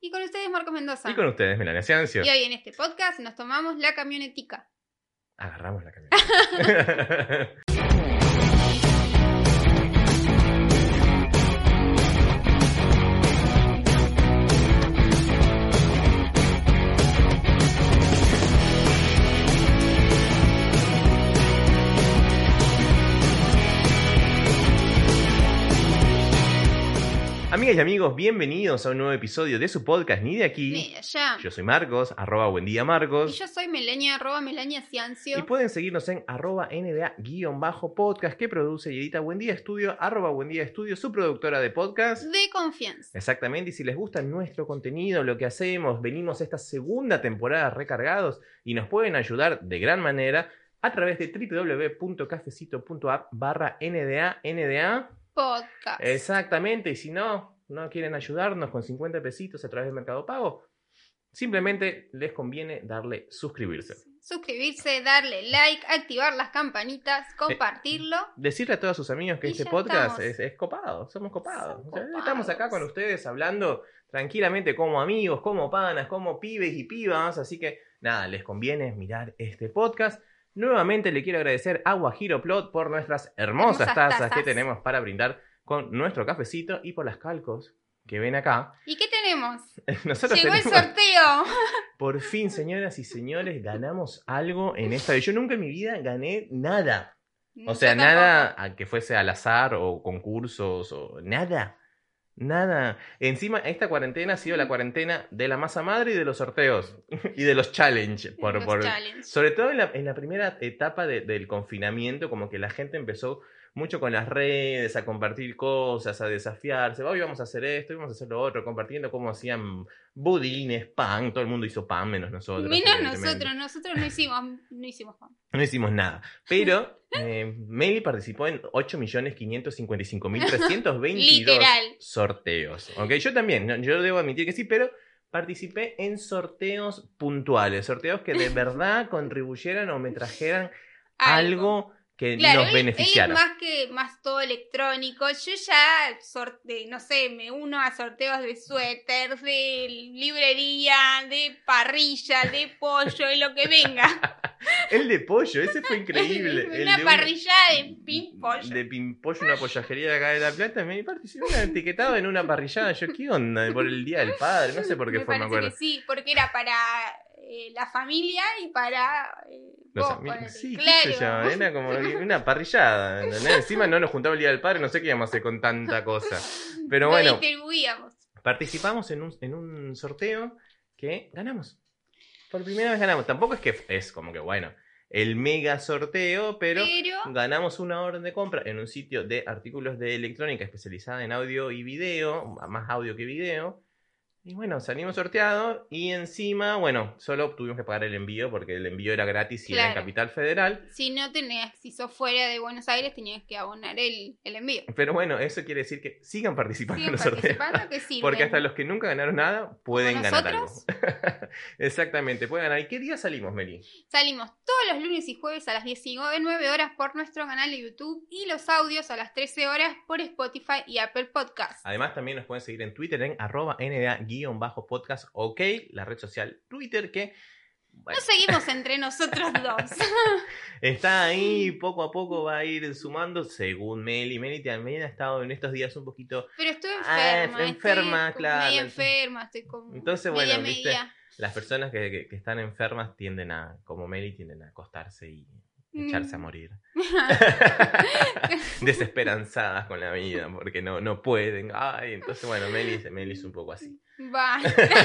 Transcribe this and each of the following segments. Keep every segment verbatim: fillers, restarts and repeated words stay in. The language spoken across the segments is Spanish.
Y con ustedes, Marcos Mendoza. Y con ustedes, Melania Ciancio. Y hoy en este podcast nos tomamos la camionetica. Agarramos la camioneta. Amigas y amigos, bienvenidos a un nuevo episodio de su podcast Ni de aquí. Ni de allá. Yo soy Marcos, arroba buen día Marcos. Y yo soy Melania, arroba Melania Ciancio. Y pueden seguirnos en arroba N D A guión bajo podcast que produce y edita Buen Día Estudio, arroba Buen Día Estudio, su productora de podcast. De confianza. Exactamente, y si les gusta nuestro contenido, lo que hacemos, venimos esta segunda temporada recargados y nos pueden ayudar de gran manera a través de www.cafecito.app barra NDA, NDA. Podcast. Exactamente, y si no, no quieren ayudarnos con cincuenta pesitos a través de Mercado Pago, simplemente les conviene darle suscribirse. Suscribirse, darle like, activar las campanitas, compartirlo. Eh, decirle a todos sus amigos que Y este ya podcast estamos. es, es copado, somos copados. Son O sea, copados. estamos acá con ustedes hablando tranquilamente como amigos, como panas, como pibes y pibas, así que nada, les conviene mirar este podcast. Nuevamente le quiero agradecer a Guajiro Plot por nuestras hermosas, Hermosas tazas, tazas. que tenemos para brindar con nuestro cafecito y por las calcos que ven acá. ¿Y qué tenemos? Nosotros Llegó el tenemos- sorteo. Por fin, señoras y señores, ganamos algo en esta vez. Yo nunca en mi vida gané nada. O sea, Yo nada tampoco. a que fuese al azar o concursos o nada. Nada. Encima, esta cuarentena ha sido la cuarentena de la masa madre y de los sorteos. Y de los challenge. Por, Los por- challenge. Sobre todo en la, en la primera etapa de- del confinamiento, como que la gente empezó mucho con las redes, a compartir cosas, a desafiarse. Hoy vamos a hacer esto, hoy vamos a hacer lo otro, compartiendo cómo hacían budines, pan. Todo el mundo hizo pan, menos nosotros. Menos evidentemente. nosotros, nosotros no hicimos, no hicimos pan. No hicimos nada. Pero eh, Meli participó en ocho millones quinientos cincuenta y cinco mil trescientos veintidós Literal. sorteos. ¿Ok? Yo también, no, yo debo admitir que sí, pero participé en sorteos puntuales. Sorteos que de verdad contribuyeran o me trajeran algo, que Claro, nos él, él es beneficiara. más que más todo electrónico. Yo ya sorte, no sé, me uno a sorteos de suéteres, de librería, de parrilla, de pollo, de lo que venga. El de pollo, ese fue increíble. El Una de parrilla de pin pollo. De Pimpollo, una pollajería de acá de La Plata. Me participé etiquetado en una parrillada. Yo, ¿qué onda? Por el Día del Padre. No sé por qué me fue, me parece acuerdo. que sí, porque era para eh, la familia y para eh, Los vos, amigos, ponele. sí, qué Claro. sé yo, era como una parrillada, ¿entendés? Encima no nos juntaba el Día del Padre, no sé qué íbamos a hacer con tanta cosa. Pero Lo bueno, distribuíamos. participamos en un, en un sorteo que ganamos. Por primera vez ganamos. Tampoco es que es como que, bueno, el mega sorteo, pero Pero ganamos una orden de compra en un sitio de artículos de electrónica especializada en audio y video, más audio que video. Y bueno, salimos sorteados y encima, bueno, solo tuvimos que pagar el envío porque el envío era gratis y era en Claro. Capital Federal. si no tenías, si sos fuera de Buenos Aires, tenías que abonar el, el envío. Pero bueno, eso quiere decir que sigan participando Siguen en los sorteos. participando que sirven. Porque hasta los que nunca ganaron nada pueden ¿Como ganar algo. nosotros? Exactamente, pueden ganar. ¿Y qué día salimos, Meli? Salimos todos los lunes y jueves a las diecinueve horas por nuestro canal de YouTube y los audios a las trece horas por Spotify y Apple Podcasts. Además, también nos pueden seguir en Twitter en arroba nda-podcast ok, la red social Twitter que bueno, Nos seguimos entre nosotros dos. está ahí, poco a poco va a ir sumando, según Meli. Meli también ha estado en estos días un poquito... Pero estoy Ah, enferma. enferma, estoy claro. Media enferma, estoy como Entonces, media, bueno, ¿viste? media. Las personas que, que- que están enfermas tienden a, como Meli, tienden a acostarse y echarse a Mm. morir. Desesperanzadas con la vida, porque no, no pueden. Ay, entonces, bueno, Meli, Meli es un poco así. Va.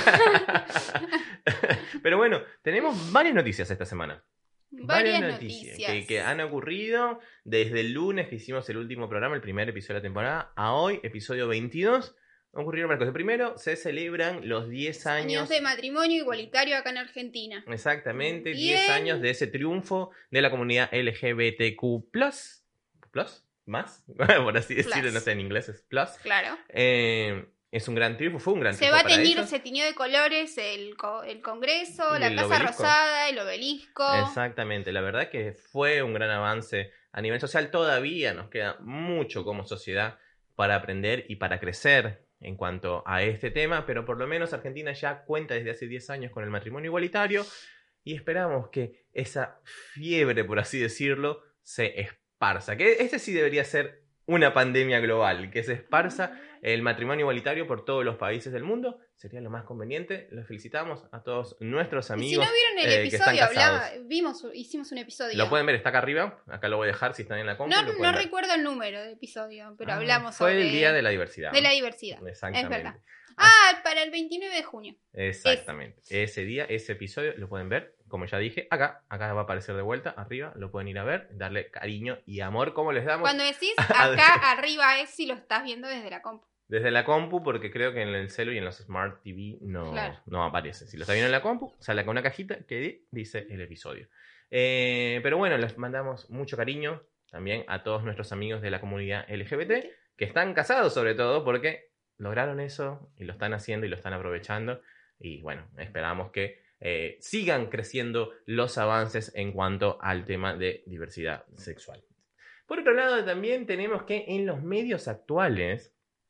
Pero bueno, tenemos varias noticias esta semana. Varias noticias. que, que han ocurrido desde el lunes que hicimos el último programa, el primer episodio de la temporada, a hoy, episodio veintidós. Ocurrieron varias cosas. Primero, se celebran los diez años. Años de matrimonio igualitario acá en Argentina. Exactamente, Bien. diez años de ese triunfo de la comunidad L G B T Q plus. ¿Plus? ¿Más? Por así decirlo, Plus. no sé, en inglés es plus. Claro. Eh, es un gran triunfo, fue un gran Se triunfo va a para teñir, ellos. se tiñó de colores el, co- el Congreso, Y la el Casa obelisco. Rosada, el obelisco. Exactamente, la verdad que fue un gran avance a nivel social. Todavía nos queda mucho como sociedad para aprender y para crecer en cuanto a este tema, pero por lo menos Argentina ya cuenta desde hace diez años con el matrimonio igualitario y esperamos que esa fiebre, por así decirlo, se esparza. Que este sí debería ser una pandemia global, que se esparza el matrimonio igualitario por todos los países del mundo. Sería lo más conveniente. Los felicitamos a todos nuestros amigos. Y si no vieron el eh, episodio, hablaba, vimos, hicimos un episodio. Lo pueden ver, está acá arriba. Acá lo voy a dejar si están en la compu. No, lo no ver. recuerdo el número del episodio, pero ah, hablamos fue sobre... Fue el Día de la Diversidad. De la diversidad, Exactamente. es verdad. Ah, para el veintinueve de junio. Exactamente. Es. Ese día, ese episodio, lo pueden ver, como ya dije, acá. Acá va a aparecer de vuelta, arriba. Lo pueden ir a ver, darle cariño y amor, como les damos. Cuando decís acá arriba es si lo estás viendo desde la compu. Desde la compu, porque creo que en el celu y en los Smart T V no, claro. no aparece. Si lo está viendo en la compu, sale con una cajita que dice el episodio. Eh, pero bueno, les mandamos mucho cariño también a todos nuestros amigos de la comunidad L G B T, que están casados sobre todo porque lograron eso y lo están haciendo y lo están aprovechando. Y bueno, esperamos que eh, sigan creciendo los avances en cuanto al tema de diversidad sexual. Por otro lado, también tenemos que en los medios actuales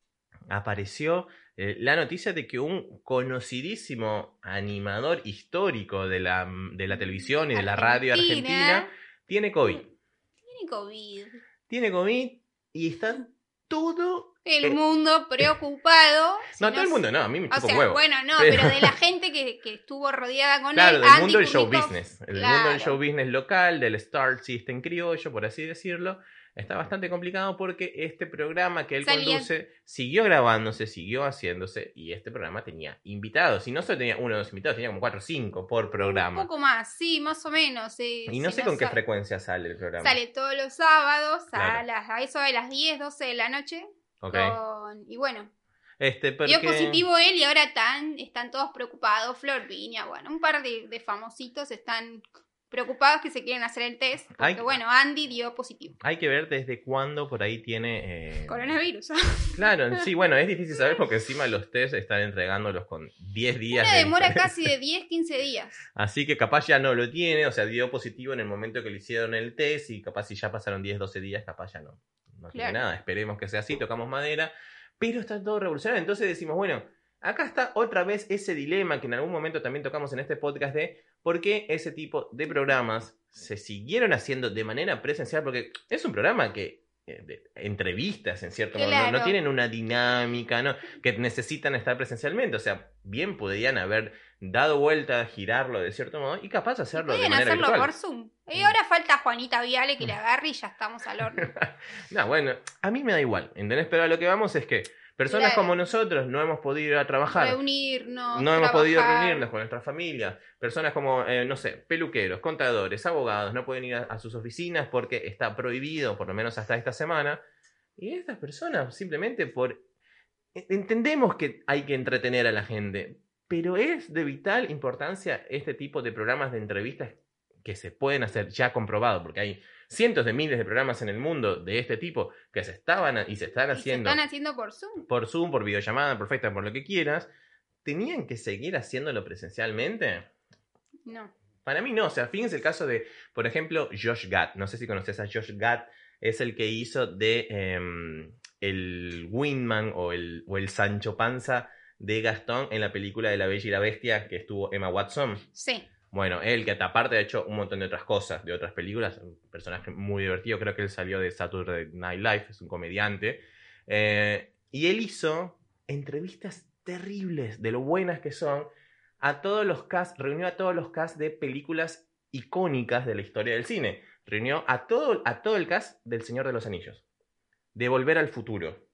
apareció eh, la noticia de que un conocidísimo animador histórico de la, de la televisión y de la radio argentina tiene COVID. Tiene COVID. Tiene COVID y está todo... El eh, mundo preocupado. Si no, no, todo el mundo no, a mí me chupa o sea, un huevo. Bueno, no, pero... pero de la gente que, que estuvo rodeada con claro, él. Claro, del mundo del show Kurnikov, business. El claro. mundo del show business local, del Star System criollo, por así decirlo. Está bastante complicado porque este programa que él Salía... conduce siguió grabándose, siguió haciéndose y este programa tenía invitados. Y no solo tenía uno o dos invitados, tenía como cuatro o cinco por programa. Un poco más, sí, más o menos. Eh, y no si sé no con qué sabe. frecuencia sale el programa. Sale todos los sábados claro. a, las, a eso de las diez, doce de la noche. Okay. Con... Y bueno, este, porque... dio positivo él y ahora tan, están todos preocupados. Flor Viña, bueno, un par de, de famositos están... preocupados que se quieren hacer el test, porque hay, bueno, Andy dio positivo. Hay que ver desde cuándo por ahí tiene... Eh... Coronavirus. Claro, sí, bueno, es difícil saber porque encima los test están entregándolos con diez días. Una de demora casi de diez, quince días. Así que capaz ya no lo tiene, o sea, dio positivo en el momento que le hicieron el test y capaz si ya pasaron diez, doce días, capaz ya no, no claro. tiene nada. Esperemos que sea así, tocamos madera, pero está todo revolucionario. Entonces decimos, bueno... Acá está otra vez ese dilema que en algún momento también tocamos en este podcast de por qué ese tipo de programas se siguieron haciendo de manera presencial, porque es un programa que eh, de entrevistas en cierto modo, claro. no, no tienen una dinámica, no, que necesitan estar presencialmente, o sea, bien podrían haber dado vuelta, girarlo de cierto modo y capaz hacerlo de manera hacerlo virtual. por Zoom. Y ahora falta Juanita Viale que le agarre y ya estamos al horno. No, bueno, a mí me da igual, ¿entendés? Pero a lo que vamos es que personas claro. como nosotros no hemos podido ir a trabajar. Reunirnos. No hemos trabajar. podido reunirnos con nuestra familia. Personas como, eh, no sé, peluqueros, contadores, abogados, no pueden ir a, a sus oficinas porque está prohibido, por lo menos hasta esta semana. Y estas personas simplemente por... Entendemos que hay que entretener a la gente, pero es de vital importancia este tipo de programas de entrevistas que se pueden hacer ya comprobado, porque hay cientos de miles de programas en el mundo de este tipo que se estaban y se están y haciendo. Se están haciendo por Zoom. Por Zoom, por videollamada, por FaceTime, por lo que quieras. ¿Tenían que seguir haciéndolo presencialmente? No. Para mí no. O sea, fíjense el caso de, por ejemplo, Josh Gad. No sé si conoces a Josh Gad. Es el que hizo de eh, el Wingman o el, o el Sancho Panza de Gastón en la película de La Bella y la Bestia que estuvo Emma Watson. Sí. Bueno, él que aparte ha hecho un montón de otras cosas, de otras películas, un personaje muy divertido, creo que él salió de Saturday Night Live, es un comediante, eh, y él hizo entrevistas terribles de lo buenas que son a todos los cast, reunió a todos los cast de películas icónicas de la historia del cine, reunió a todo, a todo el cast del Señor de los Anillos, de Volver al Futuro,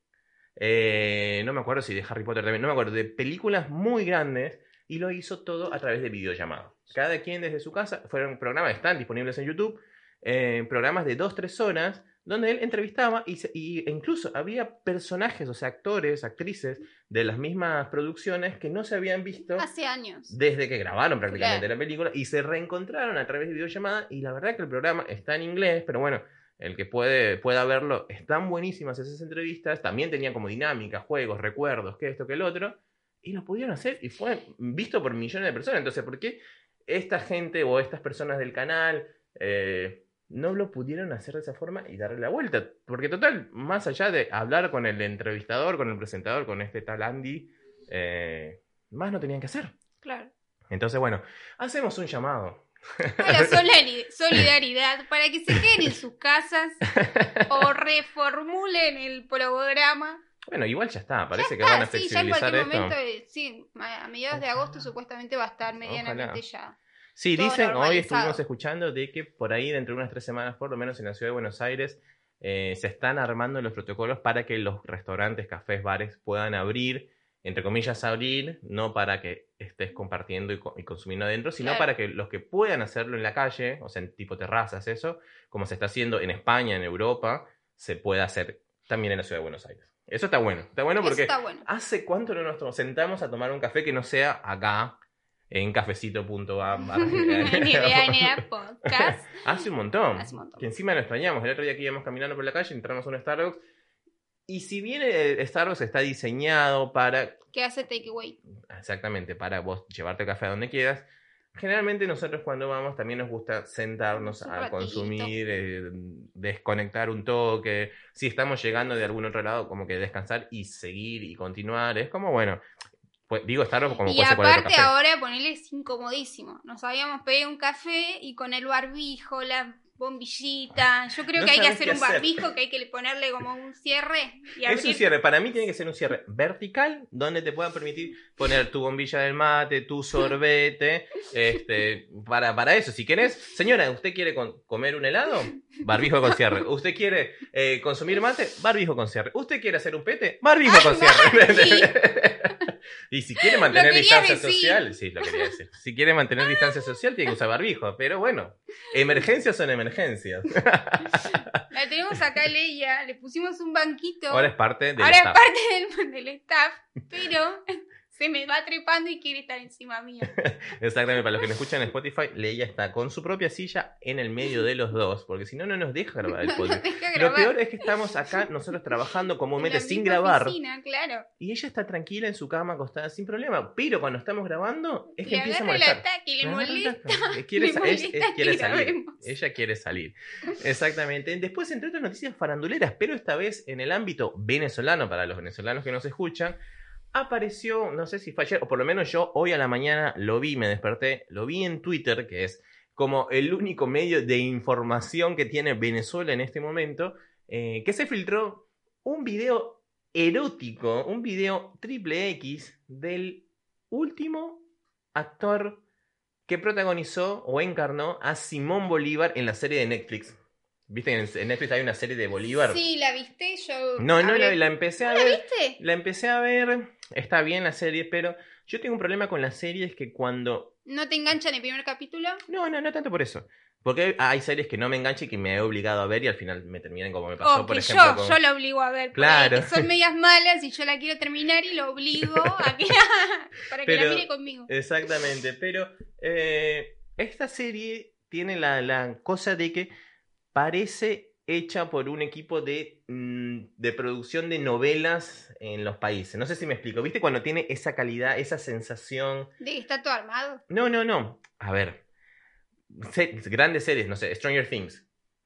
eh, no me acuerdo si de Harry Potter también, no me acuerdo, de películas muy grandes. Y lo hizo todo a través de videollamada. Cada quien desde su casa, fueron programas, están disponibles en YouTube, eh, programas de dos, tres horas, donde él entrevistaba y, se, y e incluso había personajes, o sea, actores, actrices de las mismas producciones que no se habían visto hace años. Desde que grabaron prácticamente claro. la película y se reencontraron a través de videollamada y la verdad que el programa está en inglés, pero bueno, el que puede, pueda verlo, están buenísimas esas entrevistas, también tenían como dinámica, juegos, recuerdos, que esto, que el otro. Y lo pudieron hacer y fue visto por millones de personas. Entonces, ¿por qué esta gente o estas personas del canal eh, no lo pudieron hacer de esa forma y darle la vuelta. Porque total, más allá de hablar con el entrevistador, con el presentador, con este tal Andy, eh, más no tenían que hacer. Claro. Entonces, bueno, hacemos un llamado. A la solari- solidaridad para que se queden en sus casas o reformulen el programa. Bueno, igual ya está, parece Ya que está, van a sí, ya en flexibilizar cualquier esto. momento, eh, sí, a a mediados de agosto Ojalá. supuestamente va a estar medianamente Ojalá. ya. Sí, Todo dicen, hoy normalizado. estuvimos escuchando de que por ahí dentro de unas tres semanas, por lo menos en la ciudad de Buenos Aires, eh, se están armando los protocolos para que los restaurantes, cafés, bares puedan abrir, entre comillas abrir, no para que estés compartiendo y, co- y consumiendo adentro, sino Claro. para que los que puedan hacerlo en la calle, o sea, en tipo terrazas, eso, como se está haciendo en España, en Europa, se pueda hacer también en la ciudad de Buenos Aires. Eso está bueno, está bueno Eso porque está bueno. ¿hace cuánto no nos to- sentamos a tomar un café que no sea acá, en cafecito punto a barra N B A N A Podcast. Hace un montón. Hace un montón. Que encima lo extrañamos. El otro día que íbamos caminando por la calle, entramos a un Starbucks. Y si bien el Starbucks está diseñado para, Que hace takeaway. exactamente, para vos llevarte el café a donde quieras, generalmente nosotros cuando vamos también nos gusta sentarnos Un a ratito. consumir, eh, desconectar un toque. Si estamos llegando de algún otro lado, como que descansar y seguir y continuar. Es como, bueno, pues, digo Starbucks como Y puede ser cualquier aparte café. ahora ponerle es incomodísimo. Nos habíamos pedido un café y con el barbijo, la bombillita. Yo creo No que hay que sabés hacer qué un hacer. barbijo, que hay que ponerle como un cierre y Es un abrir. cierre, para mí tiene que ser un cierre vertical donde te puedan permitir poner tu bombilla del mate, tu sorbete, este, para, para eso. Si querés, señora, ¿usted quiere con- comer un helado? Barbijo con cierre. ¿Usted quiere eh, consumir mate? Barbijo con cierre. ¿Usted quiere hacer un pete? Barbijo con cierre. Y si quiere mantener Lo querías distancia decir. social, sí, lo quería decir. Si quiere mantener distancia social, tiene que usar barbijo. Pero bueno, emergencias son emergencias. La tenemos acá, Leia. Le pusimos un banquito. Ahora es parte del Ahora es staff. parte del, del staff, pero se me va trepando y quiere estar encima mío. Exactamente, para los que nos escuchan en Spotify, Leia está con su propia silla en el medio de los dos, porque si no, no nos deja grabar el No nos podcast. deja Lo grabar. peor es que estamos acá, nosotros trabajando En comúnmente la sin misma grabar, oficina, claro. y ella está tranquila en su cama acostada sin problema, pero cuando estamos grabando, es que Le empieza a agarra el molestar. ataque, le Le agarra el molesta. ataque. Quiere, le sa- es- es- molesta quiere que salir. grabemos. Ella quiere salir. Exactamente. Después, entre otras noticias faranduleras, pero esta vez en el ámbito venezolano, para los venezolanos que nos escuchan, apareció, no sé si fue ayer, o por lo menos yo hoy a la mañana lo vi, me desperté, lo vi en Twitter, que es como el único medio de información que tiene Venezuela en este momento, eh, que se filtró un video erótico, un video triple X del último actor que protagonizó o encarnó a Simón Bolívar en la serie de Netflix. ¿Viste? En en Netflix hay una serie de Bolívar. Sí, ¿la viste? Yo. No, no, hablé- la, la empecé a ¿No la ver. viste? La empecé a ver. Está bien la serie, pero yo tengo un problema con las series que cuando... ¿No te enganchan el primer capítulo? No, no, no tanto por eso. Porque hay, hay series que no me enganchan y que me he obligado a ver y al final me terminan como me pasó, O por que ejemplo, yo, con... yo la obligo a ver. Claro. Claro. Que son medias malas y yo la quiero terminar y lo obligo a que para que Pero- la mire conmigo. Exactamente, pero eh, esta serie tiene la, la cosa de que parece hecha por un equipo de, mm, de producción de novelas en los países. No sé si me explico. ¿Viste cuando tiene esa calidad, esa sensación? De que está todo armado. No, no, no. A ver. Se- grandes series, no sé, Stranger Things,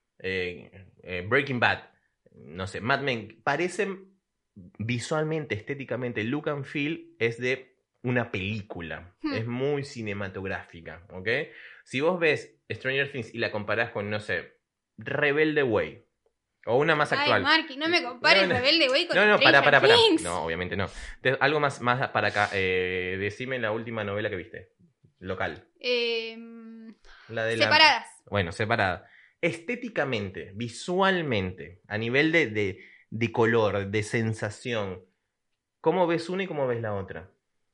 eh, eh, Breaking Bad, no sé, Mad Men, parecen visualmente, estéticamente, el look and feel es de una película. Hmm. Es muy cinematográfica, ¿ok? Si vos ves Stranger Things y la comparás con, no sé, Rebelde Way, o una más Ay, actual. Marky, no me compares No, no. Rebelde Way con No, no, para, Stranger para, para. Things. No, obviamente no. Te- algo más, más para acá. Eh, decime la última novela que viste. Local. Eh, La de la... separadas. Bueno, separada. Estéticamente, visualmente, a nivel de, de, de color, de sensación, ¿cómo ves una y cómo ves la otra?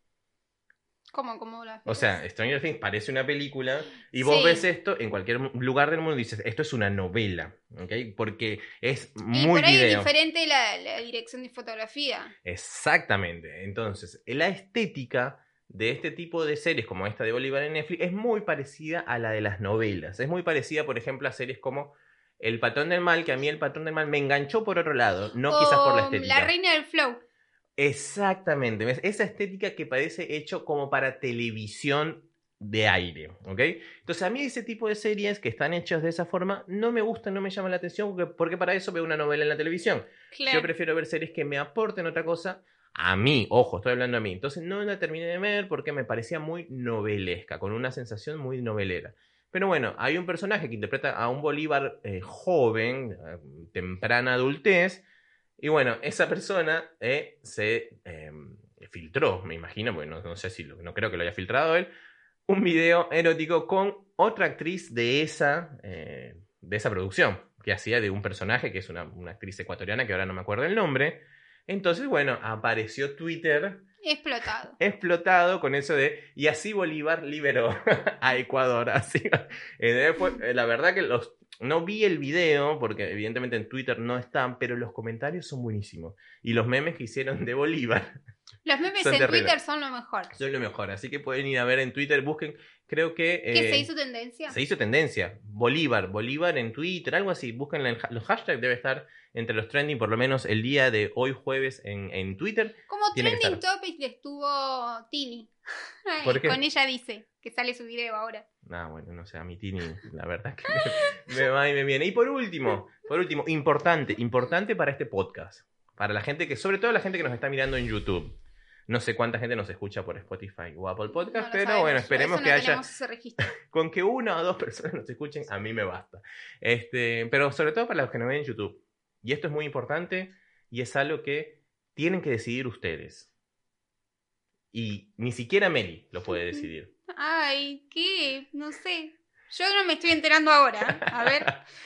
¿Cómo, cómo la O sea, Stranger Things parece una película y vos Sí. ves esto en cualquier lugar del mundo y dices, esto es una novela, ¿ok? Porque es Y muy por ahí video. es diferente la, la dirección de fotografía. Exactamente. Entonces, la estética de este tipo de series como esta de Bolívar en Netflix es muy parecida a la de las novelas. Es muy parecida, por ejemplo, a series como El Patrón del Mal, que a mí El Patrón del Mal me enganchó por otro lado, no quizás por la O estética. La Reina del Flow. Exactamente. ¿Ves? Esa estética que parece hecho como para televisión de aire, ¿ok? Entonces a mí ese tipo de series que están hechas de esa forma no me gustan, no me llaman la atención, porque, porque para eso veo una novela en la televisión. Claro. Yo prefiero ver series que me aporten otra cosa a mí, ojo, estoy hablando a mí. Entonces no la terminé de ver porque me parecía muy novelesca, con una sensación muy novelera. Pero bueno, hay un personaje que interpreta a un Bolívar eh, joven, eh, temprana adultez, y bueno, esa persona eh, se eh, filtró, me imagino, porque no, no sé si, lo, no creo que lo haya filtrado él, un video erótico con otra actriz de esa, eh, de esa producción, que hacía de un personaje que es una, una actriz ecuatoriana que ahora no me acuerdo el nombre. Entonces, bueno, apareció Twitter Explotado. explotado con eso de y así Bolívar liberó a Ecuador. Así, eh, fue, la verdad que los no vi el video porque evidentemente en Twitter no están, pero los comentarios son buenísimos y los memes que hicieron de Bolívar Los memes son en terribles. Twitter son lo mejor. Son lo mejor, así que pueden ir a ver en Twitter, busquen, creo que... ¿Qué eh, se hizo tendencia? Se hizo tendencia, Bolívar, Bolívar en Twitter, algo así, busquen en los hashtags, debe estar entre los trending por lo menos el día de hoy jueves en, en Twitter. Como Tiene que trending estar. topic le estuvo Tini. Ay, ¿Por qué? Con ella dice que sale su video ahora. Ah, bueno, no sé, a mi Tini, la verdad que me, me va y me viene. Y por último, por último, importante, importante para este podcast, para la gente que, sobre todo la gente que nos está mirando en YouTube. No sé cuánta gente nos escucha por Spotify o Apple Podcast, No lo pero sabemos, bueno, por esperemos eso que no haya... tenemos ese registro. Con que una o dos personas nos escuchen, a mí me basta. Este, pero sobre todo para los que nos ven en YouTube. Y esto es muy importante y es algo que tienen que decidir ustedes. Y ni siquiera Meli lo puede decidir. Ay, ¿qué? No sé. Yo no me estoy enterando ahora. A ver.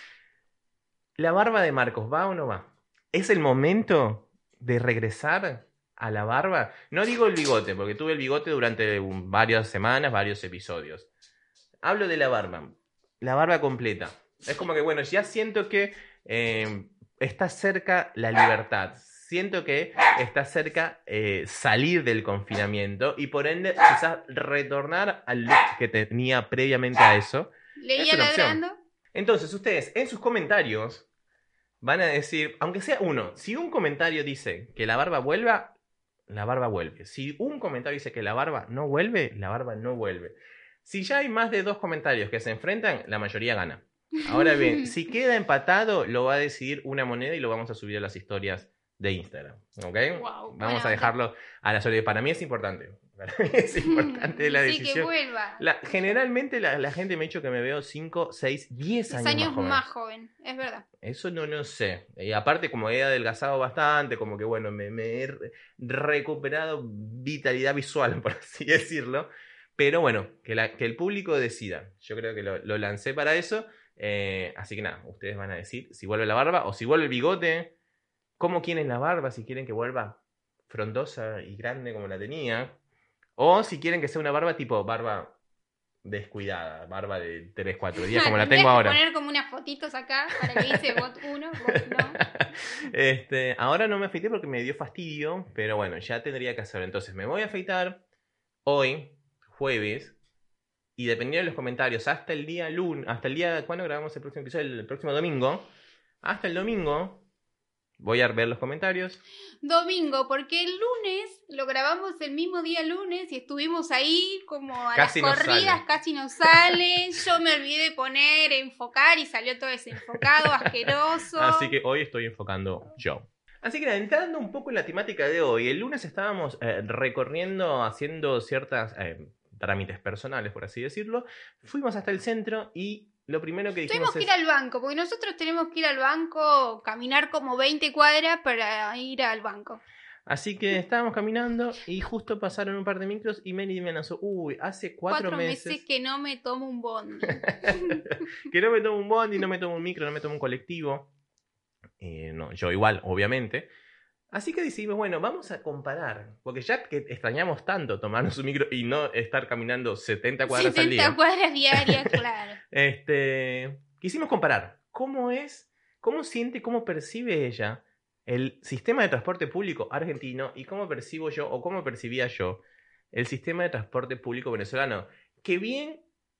¿La barba de Marcos va o no va? ¿Es el momento de regresar a la barba? No digo el bigote, porque tuve el bigote durante un- varias semanas, varios episodios. Hablo de la barba. La barba completa. Es como que, bueno, ya siento que eh, está cerca la libertad. Siento que está cerca eh, salir del confinamiento y por ende quizás retornar al look que tenía previamente a eso. Leía Es una opción. ladrando. Entonces ustedes en sus comentarios van a decir, aunque sea uno, si un comentario dice que la barba vuelva, la barba vuelve. Si un comentario dice que la barba no vuelve, la barba no vuelve. Si ya hay más de dos comentarios que se enfrentan, la mayoría gana. Ahora bien, si queda empatado, lo va a decidir una moneda y lo vamos a subir a las historias de Instagram. ¿Ok? Wow, vamos buena a dejarlo a la soledad. Para mí es importante. Para mí es importante la Sí, decisión. que vuelva. La, generalmente la, la gente me ha dicho que me veo cinco, seis, diez Diez años, años más joven. más joven, es verdad. Eso no lo sé. Y aparte, como he adelgazado bastante, como que bueno, me, me he re- recuperado vitalidad visual, por así decirlo. Pero bueno, que, la, que el público decida. Yo creo que lo, lo lancé para eso. Eh, así que nada, ustedes van a decir si vuelve la barba o si vuelve el bigote. ¿Cómo quieren la barba? Si quieren que vuelva frondosa y grande como la tenía. O si quieren que sea una barba tipo barba descuidada, barba de tres, cuatro días como la Tendrías tengo que ahora. poner como unas fotitos acá para que dice bot uno, bot no. Este, ahora no me afeité porque me dio fastidio, pero bueno, ya tendría que hacerlo. Entonces me voy a afeitar hoy, jueves, y dependiendo de los comentarios, hasta el día lunes, hasta el día, ¿cuándo grabamos el próximo episodio? El, el próximo domingo. Hasta el domingo voy a ver los comentarios. Domingo, porque el lunes lo grabamos el mismo día lunes y estuvimos ahí como a Casi las nos corridas, sale. casi nos sale. Yo me olvidé de poner enfocar y salió todo desenfocado, asqueroso. Así que hoy estoy enfocando yo. Así que nada, entrando un poco en la temática de hoy, el lunes estábamos eh, recorriendo, haciendo ciertas eh, trámites personales, por así decirlo. Fuimos hasta el centro y lo primero que dijimos Tuvimos que es... ir al banco, porque nosotros tenemos que ir al banco, caminar como veinte cuadras para ir al banco. Así que estábamos caminando y justo pasaron un par de micros y Meli me lanzó, uy, hace cuatro, Cuatro meses. meses que no me tomo un bondi. que no me tomo un bondi, no me tomo un micro, no me tomo un colectivo. Eh, no, yo igual, obviamente. Así que decidimos, bueno, vamos a comparar. Porque ya que extrañamos tanto tomarnos un micro y no estar caminando setenta cuadras al día. setenta cuadras diarias, claro. Este, quisimos comparar cómo es, cómo siente, cómo percibe ella el sistema de transporte público argentino y cómo percibo yo o cómo percibía yo el sistema de transporte público venezolano, que bien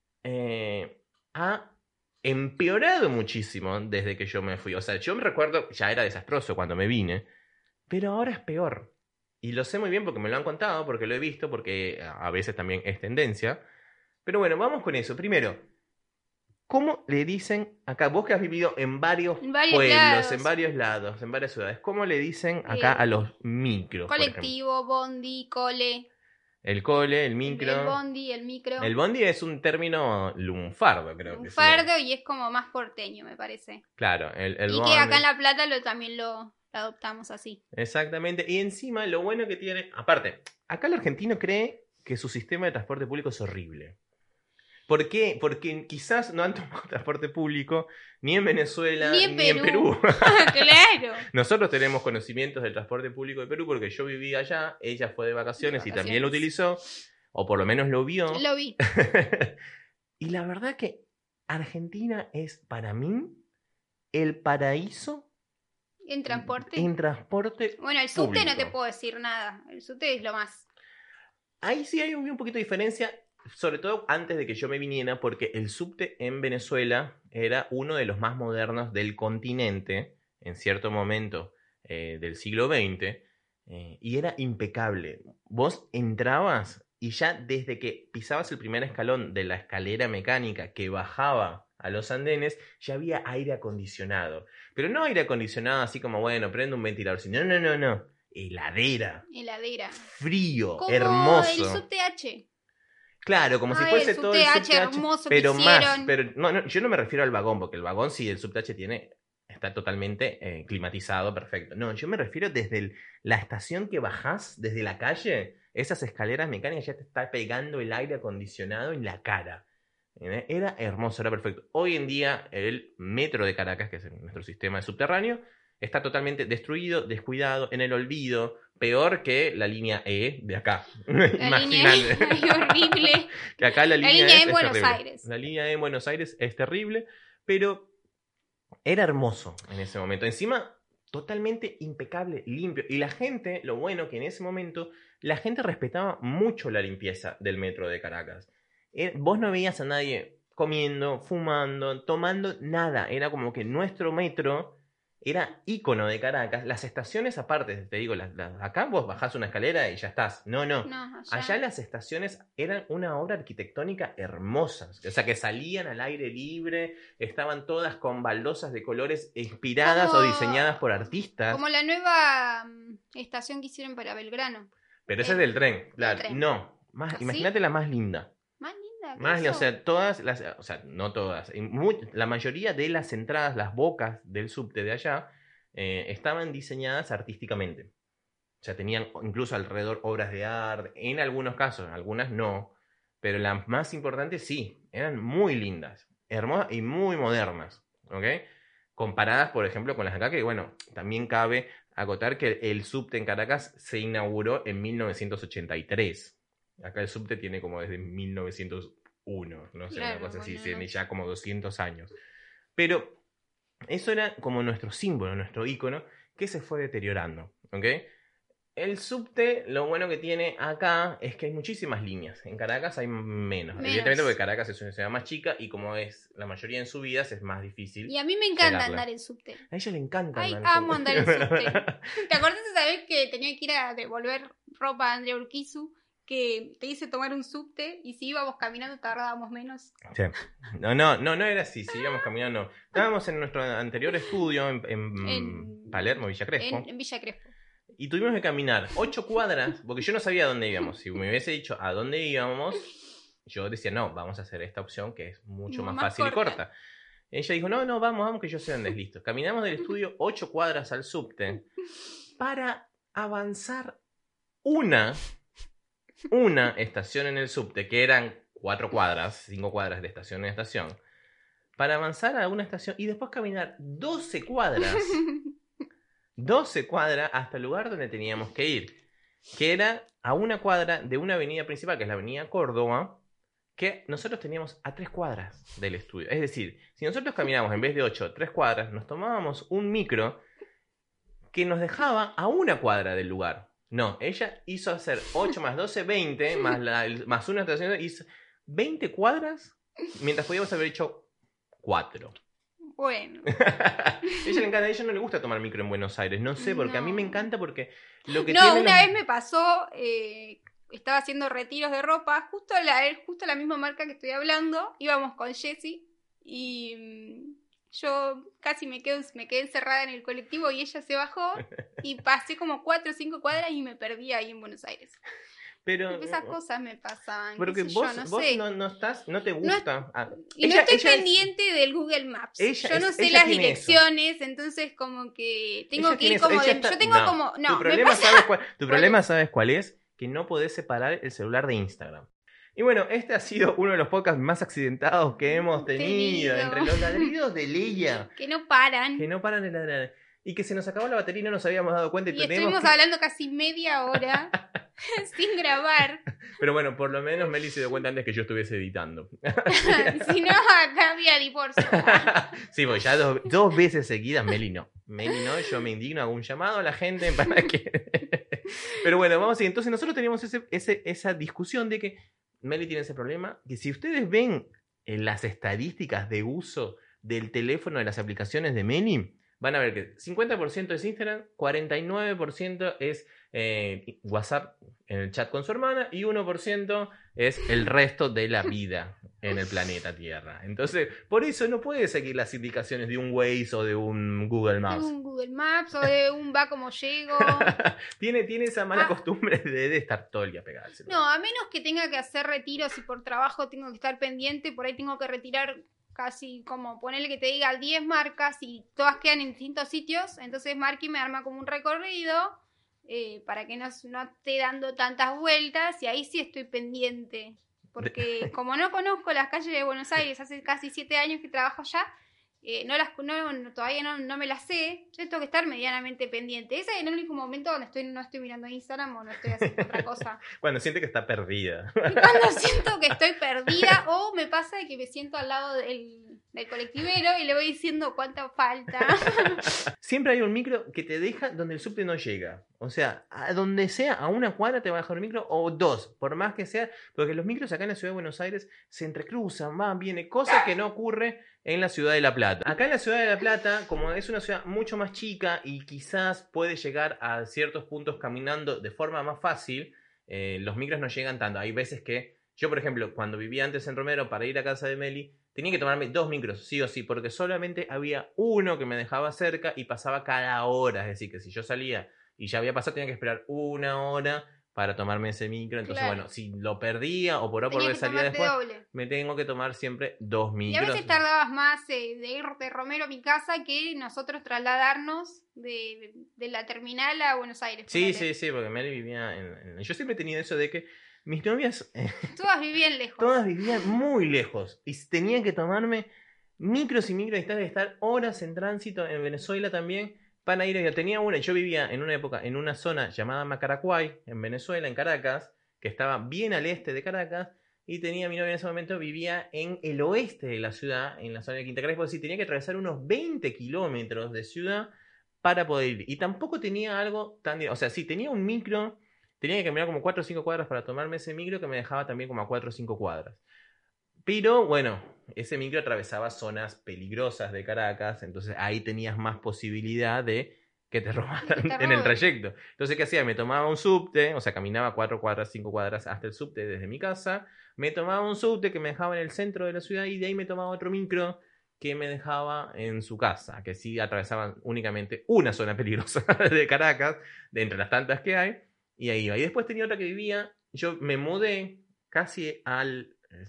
eh, ha empeorado muchísimo desde que yo me fui. O sea, yo me recuerdo, ya era desastroso cuando me vine, pero ahora es peor. Y lo sé muy bien porque me lo han contado, porque lo he visto, porque a veces también es tendencia. Pero bueno, vamos con eso. Primero, ¿cómo le dicen acá? Vos que has vivido en varios, En varios pueblos, lados. en varios lados, en varias ciudades, ¿cómo le dicen acá Eh, a los micros, por ejemplo? Colectivo, bondi, cole. El cole, el El, micro. el bondi, el micro. El bondi es un término lunfardo, creo Un que sí. fardo y es como más porteño, me parece. Claro, el, el y bondi. que acá en La Plata lo, también lo, lo adoptamos así. Exactamente. Y encima lo bueno que tiene... Aparte, acá el argentino cree que su sistema de transporte público es horrible. ¿Por qué? Porque quizás no han tomado transporte público ni en Venezuela Ni en ni en Perú. Perú. Claro. Nosotros tenemos conocimientos del transporte público de Perú porque yo vivía allá, ella fue de vacaciones, De y también lo vacaciones. utilizó, o por lo menos lo vio. Lo vi. Y la verdad que Argentina es para mí el paraíso En transporte. en transporte Bueno, el subte público. no te puedo decir nada. El subte es lo más. Ahí sí hay un, un poquito de diferencia, sobre todo antes de que yo me viniera, porque el subte en Venezuela era uno de los más modernos del continente, en cierto momento eh, del siglo veinte, eh, y era impecable. Vos entrabas y ya desde que pisabas el primer escalón de la escalera mecánica que bajaba a los andenes, ya había aire acondicionado. Pero no aire acondicionado así como, bueno, prende un ventilador, sino, no, no, no, heladera. Heladera. Frío, Como hermoso. el subte H. Claro, como si Ay, fuese el todo el subte H subte H, hermoso pero que más, hicieron. pero no, no, yo no me refiero al vagón, porque el vagón sí, el subte H tiene, está totalmente eh, climatizado, perfecto. No, yo me refiero desde el- la estación que bajás, desde la calle, esas escaleras mecánicas ya te está pegando el aire acondicionado en la cara. ¿Eh? Era hermoso, era perfecto. Hoy en día el metro de Caracas, que es nuestro sistema de subterráneo, está totalmente destruido, descuidado, en el olvido, peor que la línea E de acá. La línea E es horrible. Que acá la La línea, línea E en es Buenos terrible. Aires. La línea E en Buenos Aires es terrible, pero era hermoso en ese momento. Encima, totalmente impecable, limpio. Y la gente, lo bueno que en ese momento, la gente respetaba mucho la limpieza del metro de Caracas. Eh, vos no veías a nadie comiendo, fumando, tomando, nada. Era como que nuestro metro era ícono de Caracas. Las estaciones aparte, te digo, las, las- acá vos bajás una escalera y ya estás. No, no. No, allá. Allá las estaciones eran una obra arquitectónica hermosas. O sea, que salían al aire libre, estaban todas con baldosas de colores inspiradas Como- o diseñadas por artistas. Como la nueva mm, estación que hicieron para Belgrano. Pero ese es el- del tren, claro. tren. No, más, ¿Ah, sí? imagínate la más linda. Más linda. ¿qué Más, eso? o sea, todas las, o sea, no todas, en mu- la mayoría de las entradas, las bocas del subte de allá, eh, estaban diseñadas artísticamente. O sea, tenían incluso alrededor obras de arte, en algunos casos, algunas no, pero las más importantes sí, eran muy lindas, hermosas y muy modernas, ¿ok? Comparadas, por ejemplo, con las de acá, que bueno, también cabe acotar que el subte en Caracas se inauguró en mil novecientos ochenta y tres. Acá el subte tiene como desde mil novecientos uno, no sé, Claro, una cosa así, bueno, tiene no. ya como doscientos años. Pero eso era como nuestro símbolo, nuestro ícono, que se fue deteriorando, ¿ok? El subte, lo bueno que tiene acá es que hay muchísimas líneas. En Caracas hay menos. Menos. Evidentemente porque Caracas es una ciudad más chica y como es la mayoría en subidas es más difícil. Y a mí me encanta Llegarla. andar en subte. A ella le encanta Ay, andar en amo subte. andar en subte. ¿Te acuerdas esa vez que tenía que ir a devolver ropa a Andrea Urquizu? Que te hice tomar un subte y si íbamos caminando tardábamos menos. Sí. No, no, no, no era así, si íbamos caminando, no. Estábamos en nuestro anterior estudio en, en En- Palermo, Villa Crespo. En, en Villa Crespo. Y tuvimos que caminar ocho cuadras, porque yo no sabía a dónde íbamos. Si me hubiese dicho a dónde íbamos, yo decía, no, vamos a hacer esta opción que es mucho más, Más fácil corta. y corta. Ella dijo, no, no, vamos, vamos, que yo sé dónde es, listo. Caminamos del estudio ocho cuadras al subte para avanzar una, una estación en el subte, que eran cuatro cuadras, cinco cuadras de estación en estación, para avanzar a una estación y después caminar doce cuadras. doce cuadras hasta el lugar donde teníamos que ir, que era a una cuadra de una avenida principal, que es la avenida Córdoba, que nosotros teníamos a tres cuadras del estudio. Es decir, si nosotros caminamos en vez de ocho, tres cuadras, nos tomábamos un micro que nos dejaba a una cuadra del lugar. No, ella hizo hacer ocho más doce, veinte, más, la, el- más una estación, hizo veinte cuadras, mientras podíamos haber hecho cuatro. Bueno. A ella le encanta, a ella no le gusta tomar micro en Buenos Aires, no sé, porque a mí me No. encanta porque lo que No, tiene una los- vez me pasó eh, estaba haciendo retiros de ropa, justo la, justo la misma marca que estoy hablando, íbamos con Jessie y mm, yo casi me, quedo, me quedé encerrada en el colectivo y ella se bajó y pasé como cuatro o cinco cuadras y me perdí ahí en Buenos Aires. Pero esas cosas me pasaban. Porque vos, yo, no, vos sé. no, no estás, no te gusta. No, ah, y ella, no estoy ella pendiente es, del Google Maps. ella yo no es, sé ella las tiene direcciones, eso. Entonces como que tengo ella que ir eso. como Ella de, está, yo tengo no, como no, tu problema, me pasa, ¿sabes cuál? Tu ¿cuál problema, es? ¿sabes cuál es? Que no podés separar el celular de Instagram. Y bueno, este ha sido uno de los podcasts más accidentados que hemos tenido, Tenido. entre los ladridos de Leia. Que no paran. Que no paran de ladrar. Y que se nos acabó la batería y no nos habíamos dado cuenta. Y, Y tenemos estuvimos que... hablando casi media hora sin grabar. Pero bueno, por lo menos Meli se dio cuenta antes que yo estuviese editando. Si no, acá había divorcio. Sí, pues ya dos, dos veces seguidas Meli no. Meli no, yo me indigno, hago un llamado a la gente para que... Pero bueno, vamos a ir. Entonces nosotros teníamos ese, ese, esa discusión de que Meli tiene ese problema, que si ustedes ven en las estadísticas de uso del teléfono de las aplicaciones de Meli, van a ver que cincuenta por ciento es Instagram, cuarenta y nueve por ciento es eh, WhatsApp en el chat con su hermana y uno por ciento es el resto de la vida en el planeta Tierra. Entonces, por eso no puede seguir las indicaciones de un Waze o de un Google Maps. De un Google Maps o de un va como llego. tiene, tiene esa mala ah. costumbre de, de estar todo el día pegada. No, a menos que tenga que hacer retiros y por trabajo tengo que estar pendiente, por ahí tengo que retirar casi como ponerle que te diga diez marcas y todas quedan en distintos sitios, entonces Marky me arma como un recorrido eh, para que no, no esté dando tantas vueltas y ahí sí estoy pendiente, porque como no conozco las calles de Buenos Aires, hace casi siete años que trabajo allá, eh, no las, no, no, todavía no, no me las sé, yo tengo que estar medianamente pendiente. Ese es el único momento donde estoy, no estoy mirando Instagram o no estoy haciendo otra cosa. Cuando siente que está perdida. Y cuando siento que estoy perdida o me pasa de que me siento al lado del, del colectivero y le voy diciendo cuánta falta. Siempre hay un micro que te deja donde el subte no llega. O sea, a donde sea, a una cuadra te va a dejar un micro o dos, por más que sea, porque los micros acá en la ciudad de Buenos Aires se entrecruzan, van, vienen, cosa que no ocurre en la ciudad de La Plata. Acá en la ciudad de La Plata, como es una ciudad mucho más chica y quizás puede llegar a ciertos puntos caminando de forma más fácil, eh, los micros no llegan tanto. Hay veces que yo, por ejemplo, cuando vivía antes en Romero, para ir a casa de Meli, tenía que tomarme dos micros, sí o sí, porque solamente había uno que me dejaba cerca y pasaba cada hora. Es decir, que si yo salía y ya había pasado, tenía que esperar una hora para tomarme ese micro. Entonces, claro, bueno, si lo perdía o por O por B salía después, doble. Me tengo que tomar siempre dos micros. Y a veces tardabas más eh, de ir de Romero a mi casa que nosotros trasladarnos de, de la terminal a Buenos Aires. Sí, sí, sí, porque Meli vivía en, en... Yo siempre he tenido eso de que mis novias... Todas vivían lejos. Todas vivían muy lejos. Y tenían que tomarme micros y micros distancias, de estar horas en tránsito en Venezuela también para ir. Tenía una, yo vivía en una época en una zona llamada Macaracuay, en Venezuela, en Caracas, que estaba bien al este de Caracas, y tenía mi novia en ese momento, vivía en el oeste de la ciudad, en la zona de Quinta Caracas, es decir, tenía que atravesar unos veinte kilómetros de ciudad para poder ir. Y tampoco tenía algo tan... O sea, sí, tenía un micro... Tenía que caminar como cuatro o cinco cuadras para tomarme ese micro que me dejaba también como a cuatro o cinco cuadras. Pero bueno, ese micro atravesaba zonas peligrosas de Caracas, entonces ahí tenías más posibilidad de que te robaran que te en el trayecto. Entonces, ¿qué hacía? Me tomaba un subte, o sea, caminaba cuatro cuadras, cinco cuadras hasta el subte desde mi casa, me tomaba un subte que me dejaba en el centro de la ciudad y de ahí me tomaba otro micro que me dejaba en su casa, que sí atravesaban únicamente una zona peligrosa de Caracas, de entre las tantas que hay. Y ahí iba. Y después tenía otra que vivía, yo me mudé casi al,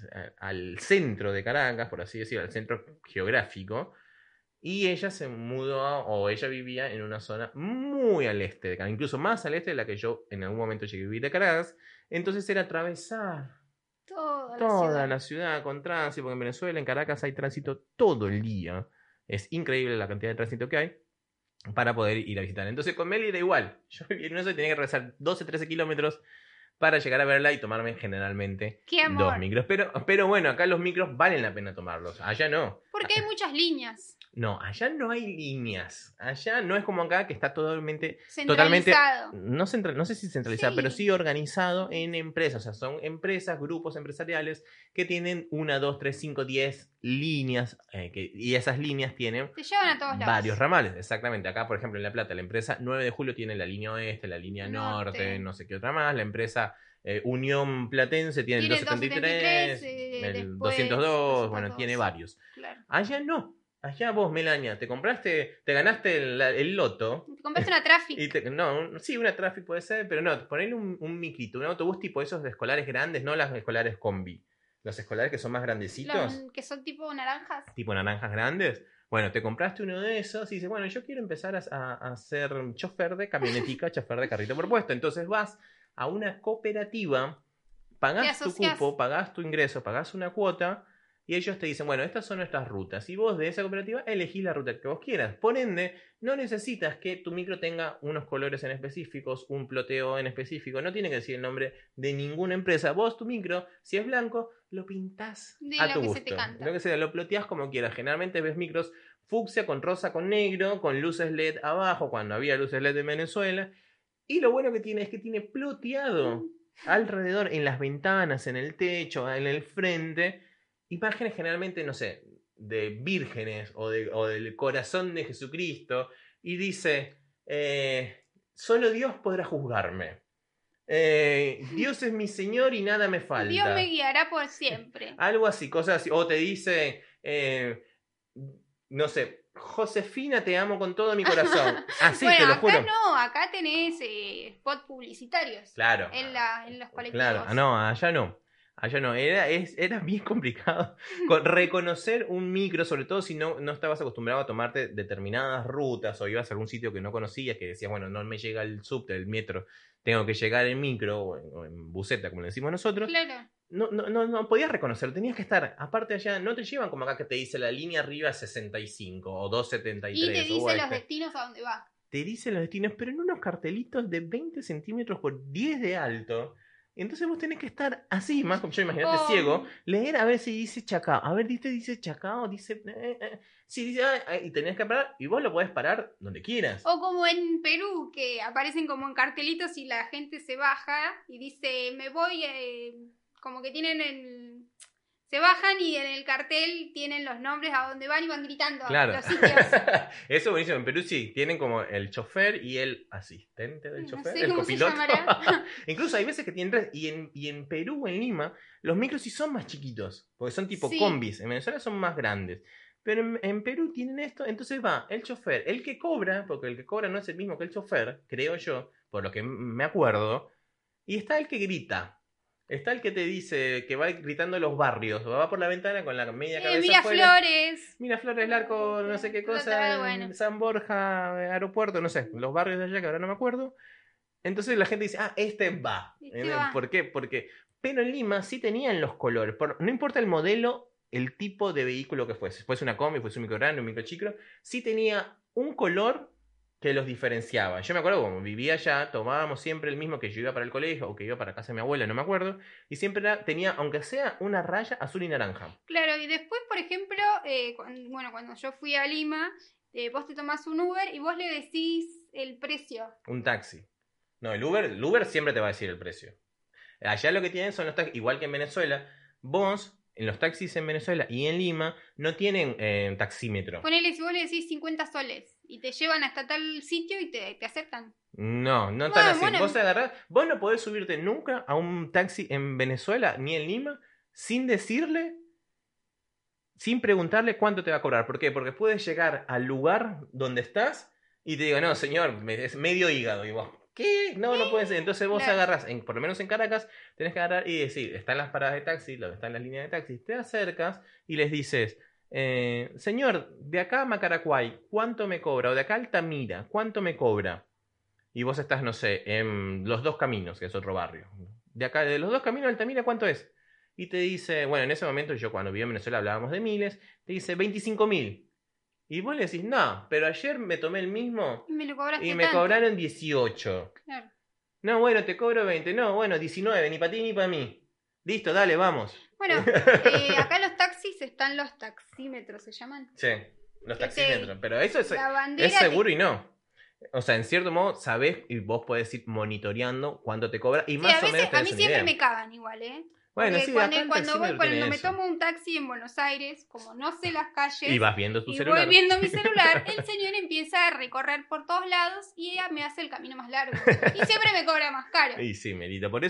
al centro de Caracas, por así decirlo, al centro geográfico, y ella se mudó, o ella vivía en una zona muy al este de Caracas, incluso más al este de la que yo en algún momento llegué a vivir de Caracas. Entonces era atravesar toda, toda la, ciudad. la ciudad con tránsito, porque en Venezuela, en Caracas, hay tránsito todo el día. Es increíble la cantidad de tránsito que hay para poder ir a visitar. Entonces con Meli era igual. Yo vivía en eso y tenía que regresar doce, trece kilómetros para llegar a verla y tomarme generalmente dos micros. Pero, pero bueno, acá los micros valen la pena tomarlos. Allá no. Porque hay muchas líneas. No, allá no hay líneas. Allá no es como acá que está totalmente... Centralizado. Totalmente, no, central, no sé si centralizado, sí. pero sí organizado en empresas. O sea, son empresas, grupos empresariales que tienen una, dos, tres, cinco, diez líneas. Eh, que, y esas líneas tienen... Te llevan a todos lados. Varios ramales, exactamente. Acá, por ejemplo, en La Plata, la empresa nueve de julio tiene la línea oeste, la línea norte, norte no sé qué otra más. La empresa eh, Unión Platense tiene, Tiene el doscientos setenta y tres, eh, el después, doscientos dos, doscientos bueno, dos. tiene varios. Claro. Allá no. Allá vos, Melania, te compraste, te ganaste el, el loto. Te compraste una Traffic. Y te, no, un- sí, una Traffic puede ser, pero no, ponele un, un micrito, un autobús tipo esos de escolares grandes, no las escolares combi. Los escolares que son más grandecitos, Los que son tipo naranjas. tipo naranjas grandes. Bueno, te compraste uno de esos y dices, bueno, yo quiero empezar a, a, a ser chofer de camionetica, chofer de carrito por puesto. Entonces vas a una cooperativa, Te pagás tu asociás. cupo, pagás tu ingreso, pagás una cuota y ellos te dicen, bueno, estas son nuestras rutas. Y vos de esa cooperativa elegís la ruta que vos quieras. Por ende, no necesitas que tu micro tenga unos colores en específicos, un ploteo en específico. No tiene que decir el nombre de ninguna empresa. Vos, tu micro, si es blanco, lo pintás De a lo tu que se gusto. te canta. Lo que sea, lo ploteás como quieras. Generalmente ves micros fucsia con rosa con negro, con luces L E D abajo, cuando había luces L E D en Venezuela. Y lo bueno que tiene es que tiene ploteado alrededor, en las ventanas, en el techo, en el frente, imágenes generalmente, no sé, de vírgenes o, de, o del corazón de Jesucristo. Y dice, eh, solo Dios podrá juzgarme. Eh, Dios es mi Señor y nada me falta. Dios me guiará por siempre. Algo así, cosas así. O te dice, eh, no sé, Josefina, te amo con todo mi corazón. Así, bueno, te lo acá juro. no, acá tenés eh, spots publicitarios. Claro. En, la, en los colectivos. Claro, ah, no, allá no. Allá no. Era, es, era bien complicado con- reconocer un micro, sobre todo si no, no estabas acostumbrado a tomarte determinadas rutas o ibas a algún sitio que no conocías, que decías, bueno, no me llega el subte, el metro, tengo que llegar en micro o en, o en buseta, como le decimos nosotros. Claro. No, no, no, no podías reconocer, tenías que estar. Aparte allá, no te llevan como acá que te dice la línea arriba sesenta y cinco o doscientos setenta y Y tres. te o dice los este. destinos a dónde va. Te dice los destinos, pero en unos cartelitos de veinte centímetros por diez de alto. Entonces vos tenés que estar así, más como yo, imagínate, Oh. ciego, leer a ver si dice Chacao. A ver, dice, dice Chacao, dice... Eh, eh. Sí, dice, ah, ah, y tenés que parar, y vos lo podés parar donde quieras. O como en Perú, que aparecen como en cartelitos y la gente se baja y dice, me voy, eh, como que tienen el... Se bajan y en el cartel tienen los nombres a dónde van y van gritando Claro. los sitios. Eso es buenísimo. En Perú sí, tienen como el chofer y el asistente del No chofer, sé el cómo se copiloto. llamará. Incluso hay veces que tienen tres. Y en, y en Perú, en Lima, los micros sí son más chiquitos. Porque son tipo Sí. combis. En Venezuela son más grandes. Pero en, en Perú tienen esto. Entonces va el chofer, el que cobra, porque el que cobra no es el mismo que el chofer, creo yo, por lo que m- me acuerdo. Y está el que grita. Está el que te dice, que va gritando los barrios. Va por la ventana con la media Eh, cabeza mira afuera. Flores. Mira Flores, Larco, no sé qué cosa, en Bueno. San Borja, eh, aeropuerto, no sé, los barrios de allá que ahora no me acuerdo. Entonces la gente dice, ah, este va. Este Eh, va. ¿Por qué? Porque, pero en Lima sí tenían los colores, por- no importa el modelo, el tipo de vehículo que fuese, fuese una combi, fuese un micro grande, un micro chico, sí tenía un color que los diferenciaba. Yo me acuerdo, como vivía allá, tomábamos siempre el mismo que yo iba para el colegio o que iba para casa de mi abuela, no me acuerdo, y siempre era- tenía, aunque sea una raya azul y naranja. Claro, y después, por ejemplo, eh, cuan- bueno, cuando yo fui a Lima, eh, vos te tomás un Uber y vos le decís el precio. Un taxi. No, el Uber, el Uber siempre te va a decir el precio. Allá lo que tienen son los taxis, igual que en Venezuela. Vos, en los taxis en Venezuela y en Lima, no tienen eh, taxímetro. Ponele, si vos le decís cincuenta soles y te llevan hasta tal sitio y te, te aceptan. No, no Bueno, tan así. bueno. Vos agarrás, vos no podés subirte nunca a un taxi en Venezuela ni en Lima sin decirle, sin preguntarle cuánto te va a cobrar. ¿Por qué? Porque puedes llegar al lugar donde estás y te digo, no, señor, me- es medio hígado. Y vos, ¿qué? No, no puede ser. Entonces vos Claro. agarras, en, por lo menos en Caracas, tenés que agarrar y decir, están las paradas de taxi, lo- están las líneas de taxi, te acercas y les dices, eh, señor, de acá a Macaracuay, ¿cuánto me cobra? O de acá a Altamira, ¿cuánto me cobra? Y vos estás, no sé, en Los Dos Caminos, que es otro barrio. De acá, de Los Dos Caminos a Altamira, ¿cuánto es? Y te dice, bueno, en ese momento yo cuando vivía en Venezuela hablábamos de miles, te dice veinticinco mil. Y vos le decís, no, pero ayer me tomé el mismo Y me lo cobraste y me tanto. cobraron dieciocho. Claro. No, bueno, te cobro veinte. No, bueno, diecinueve, ni para ti ni para mí. Listo, dale, vamos. Bueno, eh, acá en los taxis están los taxímetros, ¿se llaman? Sí, los Que taxímetros. te- Pero eso es, La bandera es te- seguro y no. O sea, en cierto modo, sabés y vos podés ir monitoreando cuánto te cobra. Y Sí, más a o veces, menos a tenés mí una siempre idea. me cagan igual, ¿eh? Bueno, Porque sí, cuando, acá el cuando, voy, taxímetro cuando tiene me eso. tomo un taxi en Buenos Aires, como no sé las calles, Y vas viendo tu y celular. voy viendo mi celular, el señor empieza a recorrer por todos lados y ella me hace el camino más largo. Y siempre me cobra más caro. Y sí, Merito. Por eso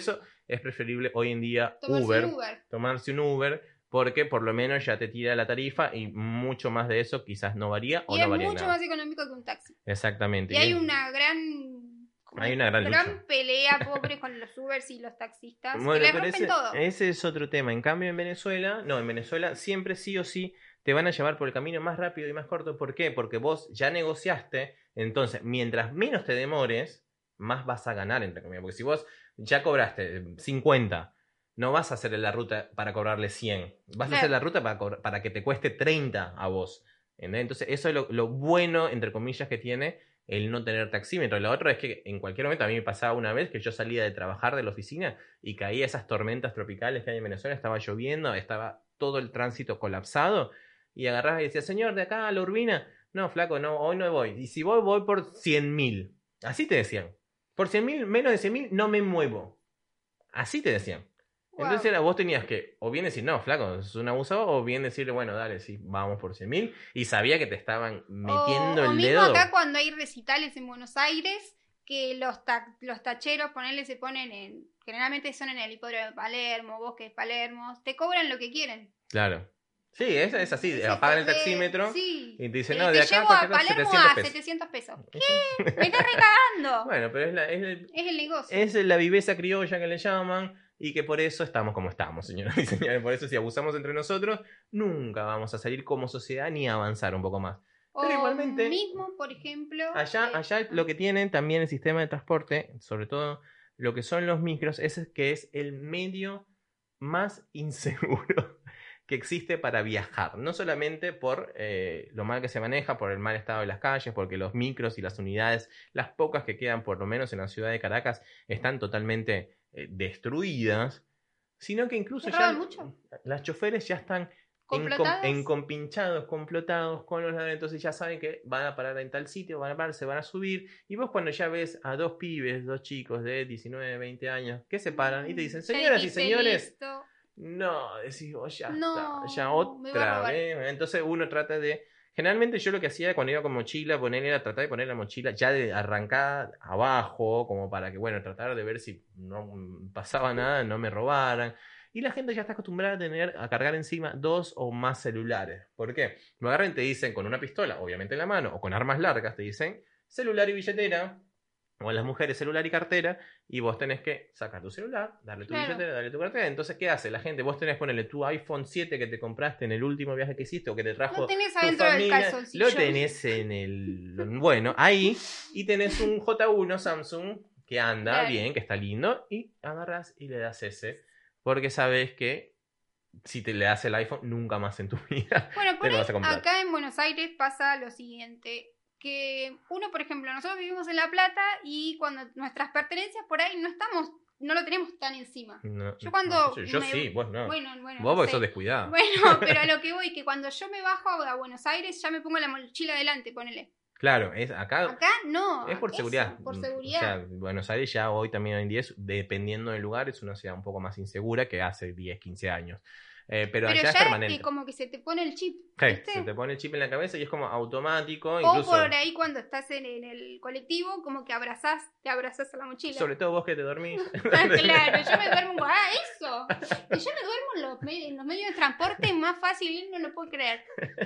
es preferible hoy en día Tomarse Uber, un Uber. tomarse un Uber, porque por lo menos ya te tira la tarifa y mucho más de eso quizás no varía o Y no es varía mucho nada. más económico que un taxi. Exactamente. Y hay es- una gran... como Hay una gran lucha. pelea, pobre, con los Ubers y los taxistas. Bueno, que le pero rompen ese, todo. ese es otro tema. En cambio, en Venezuela, no, en Venezuela siempre sí o sí te van a llevar por el camino más rápido y más corto. ¿Por qué? Porque vos ya negociaste, entonces, mientras menos te demores, más vas a ganar, entre comillas. Porque si vos ya cobraste cincuenta, no vas a hacer la ruta para cobrarle cien. Vas a hacer la ruta para, cobrar- para que te cueste treinta a vos. ¿Entendés? Entonces, eso es lo, lo bueno, entre comillas, que tiene el no tener taxímetro. Lo otro es que en cualquier momento, a mí me pasaba una vez que yo salía de trabajar de la oficina y caía esas tormentas tropicales que hay en Venezuela, estaba lloviendo, estaba todo el tránsito colapsado y agarraba y decía, señor, de acá a la Urbina, no, flaco, no, hoy no voy. Y si voy, voy por cien mil. Así te decían. Por cien mil, menos de cien mil, no me muevo. Así te decían. Wow. Entonces era, vos tenías que o bien decir, no, flaco, es un abusador, o bien decirle, bueno, dale, sí, vamos por cien mil. Y sabía que te estaban metiendo o, o el mismo dedo. acá cuando hay recitales en Buenos Aires, que los, ta los tacheros, ponerle, se ponen en... Generalmente son en el hipódromo de Palermo, Bosque de Palermo. Te cobran lo que quieren. Claro. Sí, es, es así. Ese Apagan el fue- taxímetro sí. y te dicen, Eh, no, te de acá llevo cualquier a cosa, Palermo setecientos a pesos. setecientos pesos. ¿Qué? Me estás recagando. Bueno, pero es, la, es, el, Es el negocio. es la viveza criolla que le llaman y que por eso estamos como estamos, señoras y señores. Por eso si abusamos entre nosotros, nunca vamos a salir como sociedad ni a avanzar un poco más. Pero o igualmente, mismo, por ejemplo... allá, eh, allá lo que tienen también el sistema de transporte, sobre todo lo que son los micros, es que es el medio más inseguro que existe para viajar. No solamente por eh, lo mal que se maneja, por el mal estado de las calles, porque los micros y las unidades, las pocas que quedan por lo menos en la ciudad de Caracas, están totalmente eh, destruidas, sino que incluso ¿Se ya roban mucho? las choferes ya están ¿Complotados? encom- encompinchados, complotados con los ladrones, entonces ya saben que van a parar en tal sitio, van a parar, se van a subir, y vos cuando ya ves a dos pibes, dos chicos de diecinueve, veinte años, que se paran y te dicen, Ya señoras y dijiste, señores, listo. no, decís vos, ya No, está, ya me va a otra robar. vez. Entonces uno trata de. Generalmente yo lo que hacía cuando iba con mochila, poner era tratar de poner la mochila ya de arrancada abajo, como para que, bueno, tratar de ver si no pasaba nada, no me robaran. Y la gente ya está acostumbrada a tener, a cargar encima dos o más celulares. ¿Por qué? Lo agarran y te dicen con una pistola, obviamente en la mano, o con armas largas, te dicen celular y billetera. O a las mujeres celular y cartera, y vos tenés que sacar tu celular, darle tu Claro. billetera, darle tu cartera. Entonces, ¿qué hace la gente? Vos tenés, ponerle tu iPhone siete que te compraste en el último viaje que hiciste o que te trajo Lo tenés tu adentro del familia. calzoncillo. Lo tenés en el... Bueno, ahí. Y tenés un J uno Samsung que anda Claro. bien, que está lindo, y agarras y le das ese. Porque sabes que si te le das el iPhone, nunca más en tu vida Bueno, te por lo ahí, vas a comprar. acá en Buenos Aires pasa lo siguiente. Que uno, por ejemplo, nosotros vivimos en La Plata y cuando nuestras pertenencias por ahí no estamos, no lo tenemos tan encima. No, Yo cuando no, yo, yo me- sí, vos no. Bueno, bueno. vos no porque sé. sos descuidado. Bueno, pero a lo que voy, que cuando yo me bajo a Buenos Aires ya me pongo la mochila adelante, ponele. Claro, es acá. Acá no. Es por eso, seguridad. por O seguridad. sea, Buenos Aires ya hoy también hoy en día, es, dependiendo del lugar, es una ciudad un poco más insegura que hace diez, quince años. Eh, pero, pero allá ya es permanente. eh, como que se te pone el chip. Sí, ¿viste? se te pone el chip en la cabeza y es como automático. O Incluso, por ahí cuando estás en, en el colectivo, como que abrazás, te abrazás a la mochila. sobre todo vos que te dormís. Ah, claro, yo me duermo. Ah, eso. Que yo me duermo en los, me- en los medios de transporte más fácil, no lo puedo creer.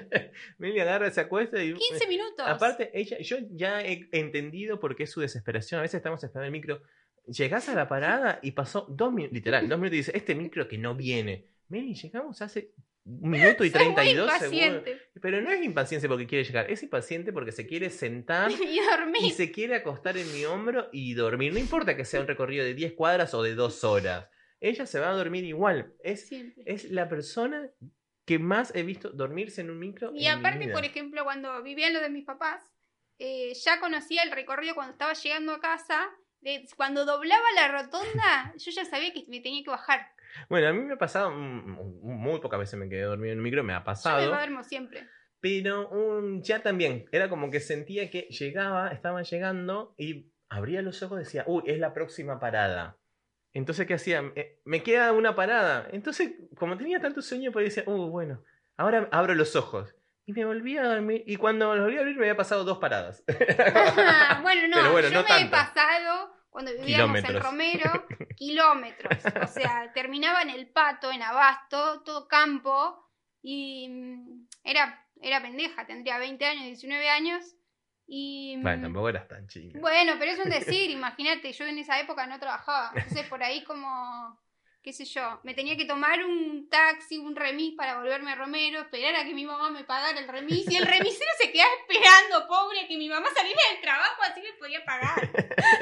Mili agarra, se acuesta y... quince minutos. Aparte, ella, yo ya he entendido por qué es su desesperación. A veces estamos esperando el micro. Llegás a la parada y pasó dos minutos, literal, dos minutos y dice, este micro que no viene. Meli, llegamos hace un minuto y Soy treinta y muy dos segundos. impaciente. Pero no es impaciencia porque quiere llegar, es impaciente porque se quiere sentar Y dormí. y se quiere acostar en mi hombro y dormir. No importa que sea un recorrido de diez cuadras o de dos horas. Ella se va a dormir igual. Es, Siempre. es la persona que más he visto dormirse en un micro. Y en mi aparte, vida. por ejemplo, cuando vivía en lo de mis papás, eh, ya conocía el recorrido cuando estaba llegando a casa. De, cuando doblaba la rotonda, yo ya sabía que me tenía que bajar. Bueno, a mí me ha pasado, mm, muy pocas veces me quedé dormido en un micro, me ha Yo me pasado. duermo siempre. Pero um, ya también, era como que sentía que llegaba, estaban llegando y abría los ojos y decía, uy, es la próxima parada. Entonces, ¿qué hacía? Eh, me queda una parada. Entonces, como tenía tanto sueño, pues decía, uy, bueno, ahora abro los ojos. Y me volví a dormir. Y cuando los volví a abrir, me había pasado dos paradas. Bueno, no, Pero bueno, yo no me tanto. he pasado cuando vivíamos Kilómetros. en Romero, kilómetros. O sea, terminaba en El Pato, en Abasto, todo campo. Y mm, era, era pendeja, tendría veinte años, diecinueve años. Y, mm, Bueno, tampoco eras tan chica. bueno, pero es un decir, imagínate, yo en esa época no trabajaba. Entonces por ahí como, qué sé yo, me tenía que tomar un taxi, un remis para volverme a Romero, esperar a que mi mamá me pagara el remis. Y el remisero se quedaba esperando, pobre, que mi mamá saliera del trabajo, así me podía pagar.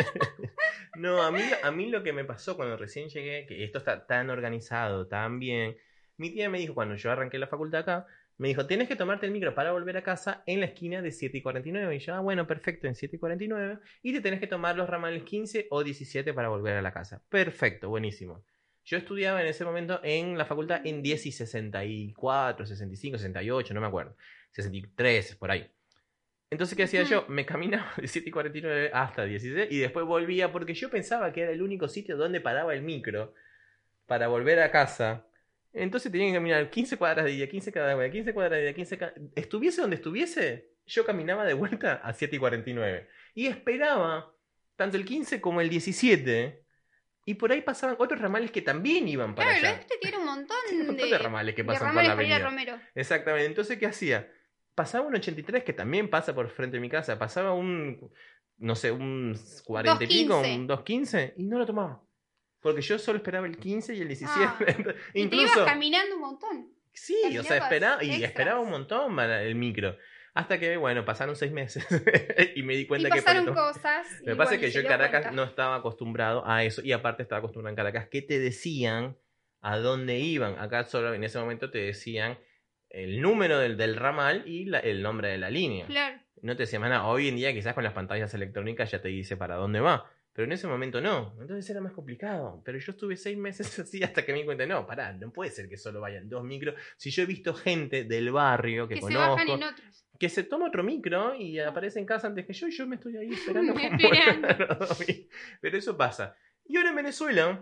No, a mí, a mí lo que me pasó cuando recién llegué, que esto está tan organizado, tan bien, mi tía me dijo, cuando yo arranqué la facultad acá, me dijo, tienes que tomarte el micro para volver a casa en la esquina de siete y cuarenta y nueve. Y yo, ah, bueno, perfecto, en siete y cuarenta y nueve. Y te tenés que tomar los ramales quince o diecisiete para volver a la casa. Perfecto, buenísimo. Yo estudiaba en ese momento en la facultad en diez y sesenta y cuatro, sesenta y cinco, sesenta y ocho, no me acuerdo. sesenta y tres, por ahí. Entonces, ¿qué hacía yo? Me caminaba de siete y cuarenta y nueve hasta dieciséis y después volvía porque yo pensaba que era el único sitio donde paraba el micro para volver a casa. Entonces tenía que caminar quince cuadras de día, quince cuadras de día, quince cuadras de día, quince cuadras... Estuviese donde estuviese, yo caminaba de vuelta a siete y cuarenta y nueve. Y esperaba tanto el quince como el diecisiete. Y por ahí pasaban otros ramales que también iban para Claro, allá. este tiene un montón, Tiene un montón de, de ramales que de pasan por ramales la para ir a avenida. Romero. Exactamente. Entonces, ¿qué hacía? Pasaba un ochenta y tres que también pasa por frente de mi casa. Pasaba un, no sé, un cuarenta y pico, un dos quince, y no lo tomaba. Porque yo solo esperaba el quince y el diecisiete. Ah, y Incluso, te ibas caminando un montón. sí, o sea, Caminabas esperaba, y extras. esperaba un montón para el micro. Hasta que, bueno, pasaron seis meses y me di Y cuenta que... pasaron para to- cosas. Lo que y pasa bueno, es que y yo se en dio Caracas cuenta. no estaba acostumbrado a eso, y aparte estaba acostumbrado en Caracas que te decían a dónde iban. Acá solo en ese momento te decían el número del, del ramal y la- el nombre de la línea. Claro. No te decían nada. Hoy en día quizás con las pantallas electrónicas ya te dice para dónde va. Pero en ese momento no. Entonces era más complicado. Pero yo estuve seis meses así hasta que me di cuenta, no, pará, no puede ser que solo vayan dos micros. Si yo he visto gente del barrio que, Que se conozco, bajan en otros. que se toma otro micro y aparece en casa antes que yo, y yo me estoy ahí esperando como Esperando. Pero eso pasa. Y ahora en Venezuela,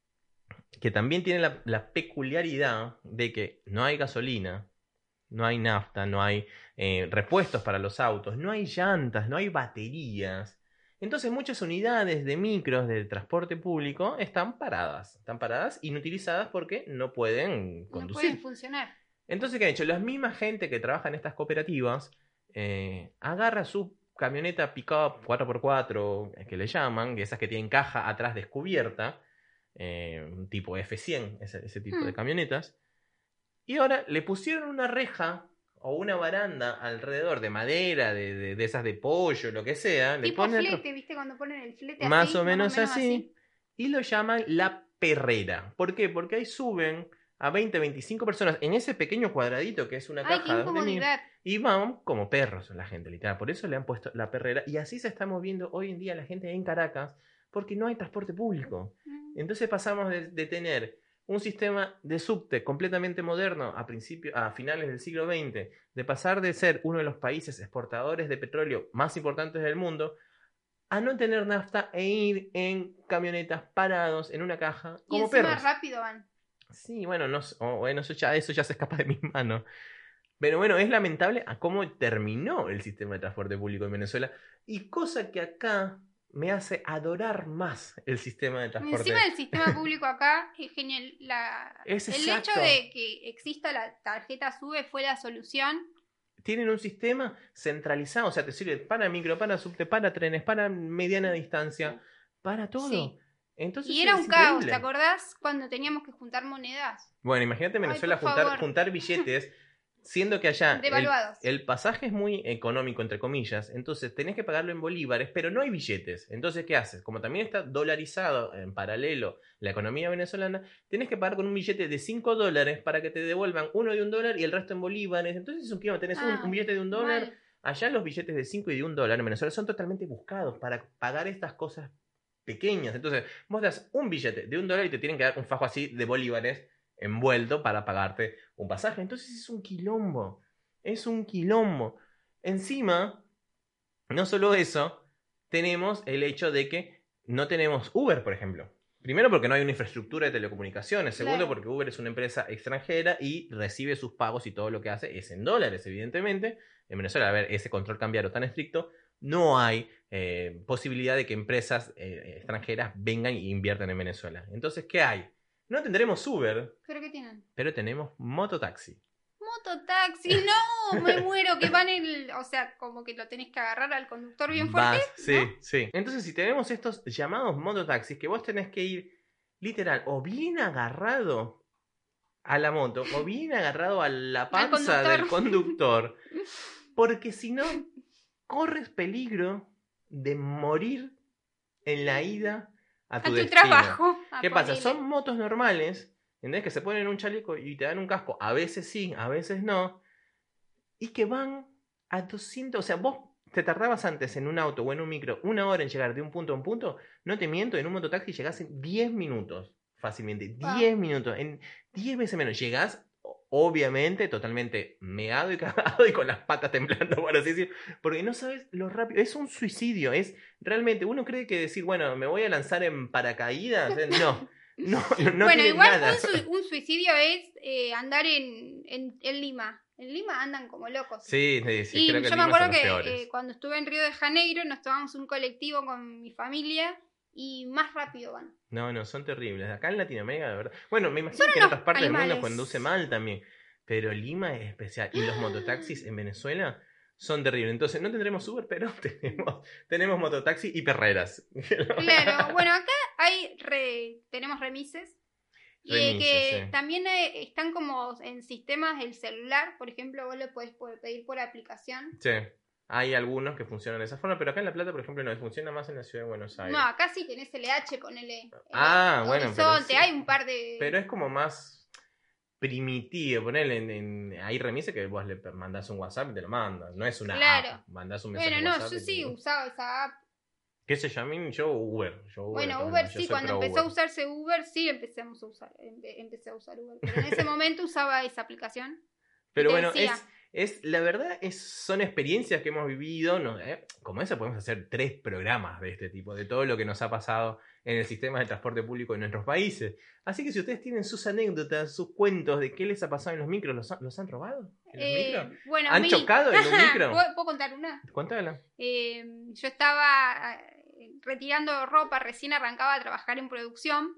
que también tiene la, la peculiaridad de que no hay gasolina, no hay nafta, no hay eh, repuestos para los autos, no hay llantas, no hay baterías. Entonces muchas unidades de micros de transporte público están paradas, están paradas, inutilizadas porque no pueden No conducir. pueden funcionar. Entonces, ¿qué han hecho? La misma gente que trabaja en estas cooperativas eh, agarra su camioneta pick-up cuatro por cuatro, que le llaman, que esas que tienen caja atrás descubierta, eh, tipo F cien, ese, ese tipo Hmm. de camionetas, y ahora le pusieron una reja o una baranda alrededor de madera, de, de, de esas de pollo, lo que sea. Le Tipo ponen flete, otro- ¿viste? Cuando ponen el flete más así. o menos más o menos así, y lo llaman la perrera. ¿Por qué? Porque ahí suben a veinte, veinticinco personas en ese pequeño cuadradito que es una Ay, qué caja de mil, incomodidad. y van como perros la gente, literal. Por eso le han puesto la perrera, y así se está moviendo hoy en día la gente en Caracas, porque no hay transporte público. Mm. Entonces pasamos de, de tener un sistema de subte completamente moderno a, principio, a finales del siglo veinte, de pasar de ser uno de los países exportadores de petróleo más importantes del mundo, a no tener nafta e ir en camionetas parados en una caja Y como encima perros. rápido van. Sí, bueno, no, sé, oh, bueno eso, ya, eso ya se escapa de mis manos. Pero bueno, es lamentable a cómo terminó el sistema de transporte público en Venezuela, y cosa que acá me hace adorar más el sistema de transporte. Encima del sistema público acá es genial. La... Es el exacto. hecho de que exista la tarjeta SUBE fue la solución. Tienen un sistema centralizado, o sea, te sirve para micro, para subte, para trenes, para mediana distancia, para todo. Sí. Entonces Y era es un caos, increíble. ¿te acordás? Cuando teníamos que juntar monedas. Bueno, imagínate en Ay, Venezuela por juntar, favor. juntar billetes, siendo que allá el, Devaluados. el pasaje es muy económico, entre comillas, entonces tenés que pagarlo en bolívares, pero no hay billetes. Entonces, ¿qué haces? Como también está dolarizado en paralelo la economía venezolana, tenés que pagar con un billete de cinco dólares para que te devuelvan uno de un dólar y el resto en bolívares. Entonces es un quilombo, tenés un, Ah, un billete de un dólar. mal. Allá los billetes de cinco y de un dólar en Venezuela son totalmente buscados para pagar estas cosas pequeñas. Entonces, vos das un billete de un dólar y te tienen que dar un fajo así de bolívares envuelto para pagarte un pasaje. Entonces es un quilombo. Es un quilombo. Encima, no solo eso, tenemos el hecho de que no tenemos Uber, por ejemplo. Primero porque no hay una infraestructura de telecomunicaciones. Segundo Claro. porque Uber es una empresa extranjera y recibe sus pagos y todo lo que hace es en dólares, evidentemente. En Venezuela, a ver, ese control cambiario tan estricto no hay eh, posibilidad de que empresas eh, extranjeras vengan e inviertan en Venezuela. Entonces, ¿qué hay? No tendremos Uber. ¿Pero qué tienen? Pero tenemos mototaxi. Mototaxi, no, me muero, que van el... O sea, como que lo tenés que agarrar al conductor bien fuerte. Vas, sí, ¿no? sí. Entonces, si tenemos estos llamados mototaxis, que vos tenés que ir literal o bien agarrado a la moto o bien agarrado a la panza del conductor, porque si no, corres peligro de morir en la ida a tu, a tu destino. trabajo. ¿Qué a pasa? ponele. Son motos normales, ¿entendés? Que se ponen un chaleco y te dan un casco. A veces sí, a veces no. Y que van a doscientos... O sea, vos te tardabas antes en un auto o en un micro una hora en llegar de un punto a un punto. No te miento, en un mototaxi llegás en diez minutos. Fácilmente. diez minutos. En diez veces menos. Llegás, obviamente, totalmente meado y cagado y con las patas temblando, por así decir. Porque no sabes lo rápido. Es un suicidio. Es realmente... Uno cree que decir, bueno, me voy a lanzar en paracaídas. No. No, no, no bueno, tiene igual nada. Un, su- un suicidio es eh, andar en, en, en Lima. En Lima andan como locos. Sí, sí, sí. Y Creo que yo me Lima son acuerdo los que peores. eh, cuando estuve en Río de Janeiro nos tomamos un colectivo con mi familia y más rápido van. No, no, son terribles. Acá en Latinoamérica, de verdad. Bueno, me imagino Son que en unos otras partes del animales. mundo conduce mal también. Pero Lima es especial. Y los mototaxis en Venezuela son terribles. Entonces, no tendremos Uber, pero tenemos, tenemos mototaxi y perreras. Claro, bueno, acá hay re, tenemos remises. Y eh, Remises, que sí. también eh, están como en sistemas del celular. Por ejemplo, vos lo podés pedir por aplicación. Sí. Hay algunos que funcionan de esa forma, pero acá en La Plata, por ejemplo, no funciona más en la ciudad de Buenos Aires. No, acá sí tenés L H, ponele. Ah, eh, bueno, pero Horizonte, sí. hay un par de... Pero es como más primitivo. Ponele en, en, hay remises que vos le mandás un WhatsApp y te lo mandan. No es una Claro. app. Mandás un mensaje Bueno, no, WhatsApp yo y sí te- usaba esa app. ¿Qué se llama? Yo Uber. Yo Uber Bueno, todos Uber lados. Yo sí, soy cuando pro empezó a Uber. usarse Uber, sí empezamos a usar, empe- empecé a usar Uber. Pero en ese momento usaba esa aplicación. Pero te bueno, decía. es, es la verdad, es, son experiencias que hemos vivido. ¿No? ¿Eh? Como eso podemos hacer tres programas de este tipo, de todo lo que nos ha pasado en el sistema de transporte público en nuestros países. Así que si ustedes tienen sus anécdotas, sus cuentos de qué les ha pasado en los micros, ¿los, han- los han robado? ¿En los Eh, micros? bueno, ¿Han mi- chocado en un micro? ¿Puedo, puedo contar una? Cuéntala. Eh, yo estaba eh, retirando ropa, recién arrancaba a trabajar en producción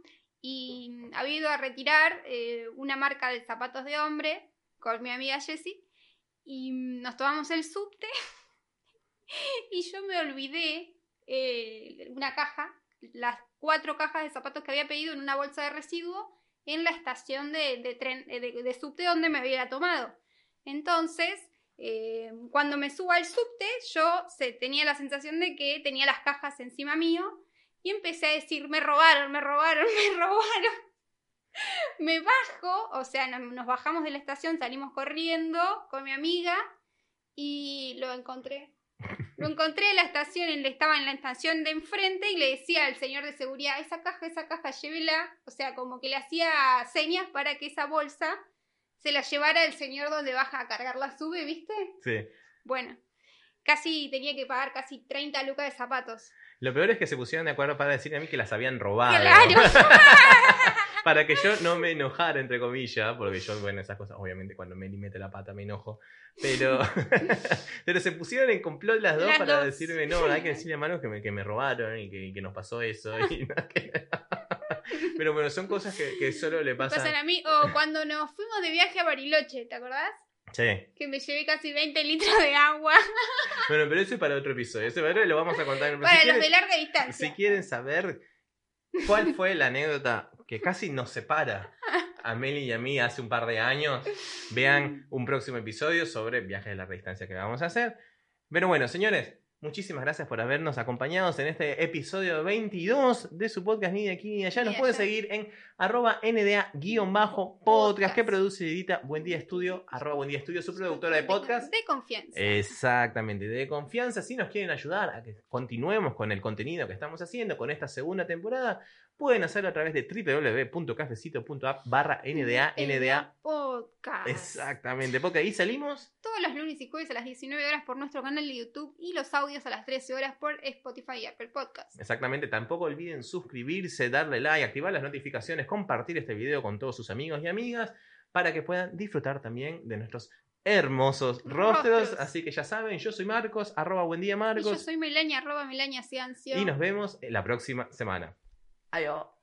y había ido a retirar eh, una marca de zapatos de hombre con mi amiga Jessie y nos tomamos el subte y yo me olvidé eh, una caja, las cuatro cajas de zapatos que había pedido en una bolsa de residuos en la estación de, de tren de, de subte donde me había tomado. Entonces, eh, cuando me subo al subte, yo se, tenía la sensación de que tenía las cajas encima mío y empecé a decir, me robaron, me robaron, me robaron. Me bajo, o sea, no, nos bajamos de la estación, salimos corriendo con mi amiga y lo encontré. Lo encontré en la estación, él estaba en la estación de enfrente y le decía al señor de seguridad, esa caja, esa caja, llévela. O sea, como que le hacía señas para que esa bolsa se la llevara el señor donde baja a cargar la sube, ¿viste? Sí. Bueno, casi tenía que pagar casi treinta lucas de zapatos. Lo peor es que se pusieron de acuerdo para decirme a mí que las habían robado. ¡Claro! Para que yo no me enojara, entre comillas, porque yo, bueno, esas cosas, obviamente cuando Meli mete la pata me enojo, pero, pero se pusieron en complot las dos Las para dos. decirme, no, hay que decirle a Manu que me, que me robaron y que, que nos pasó eso. Y no, que- Pero bueno, son cosas que, que solo le Me pasan. pasan a mí. O cuando nos fuimos de viaje a Bariloche, ¿te acordás? Sí. Que me llevé casi veinte litros de agua. Bueno, pero eso es para otro episodio. Ese para otro lo vamos a contar en el Para si los quieren, de larga distancia. si quieren saber cuál fue la anécdota que casi nos separa a Meli y a mí hace un par de años, vean un próximo episodio sobre viajes de larga distancia que vamos a hacer. Pero bueno, señores, muchísimas gracias por habernos acompañado en este episodio veintidós de su podcast Ni de aquí ni de allá. Ni Nos de pueden allá. seguir en arroba nda-podcast que produce y edita Buen Día Estudio, arroba Buen Día Estudio, su productora de podcast. De confianza. Exactamente, de confianza. Si nos quieren ayudar a que continuemos con el contenido que estamos haciendo, con esta segunda temporada, pueden hacerlo a través de www.cafecito.app barra nda, nda. Podcast. Exactamente, porque ahí salimos. Todos los lunes y jueves a las diecinueve horas por nuestro canal de YouTube y los audios a las trece horas por Spotify y Apple Podcast. Exactamente, tampoco olviden suscribirse, darle like, activar las notificaciones, compartir este video con todos sus amigos y amigas para que puedan disfrutar también de nuestros hermosos rostros. Rostros. Así que ya saben, yo soy Marcos, arroba buen día Y yo Marcos. soy Melania, arroba Melania Ciancio. Y nos vemos la próxima semana. Adiós.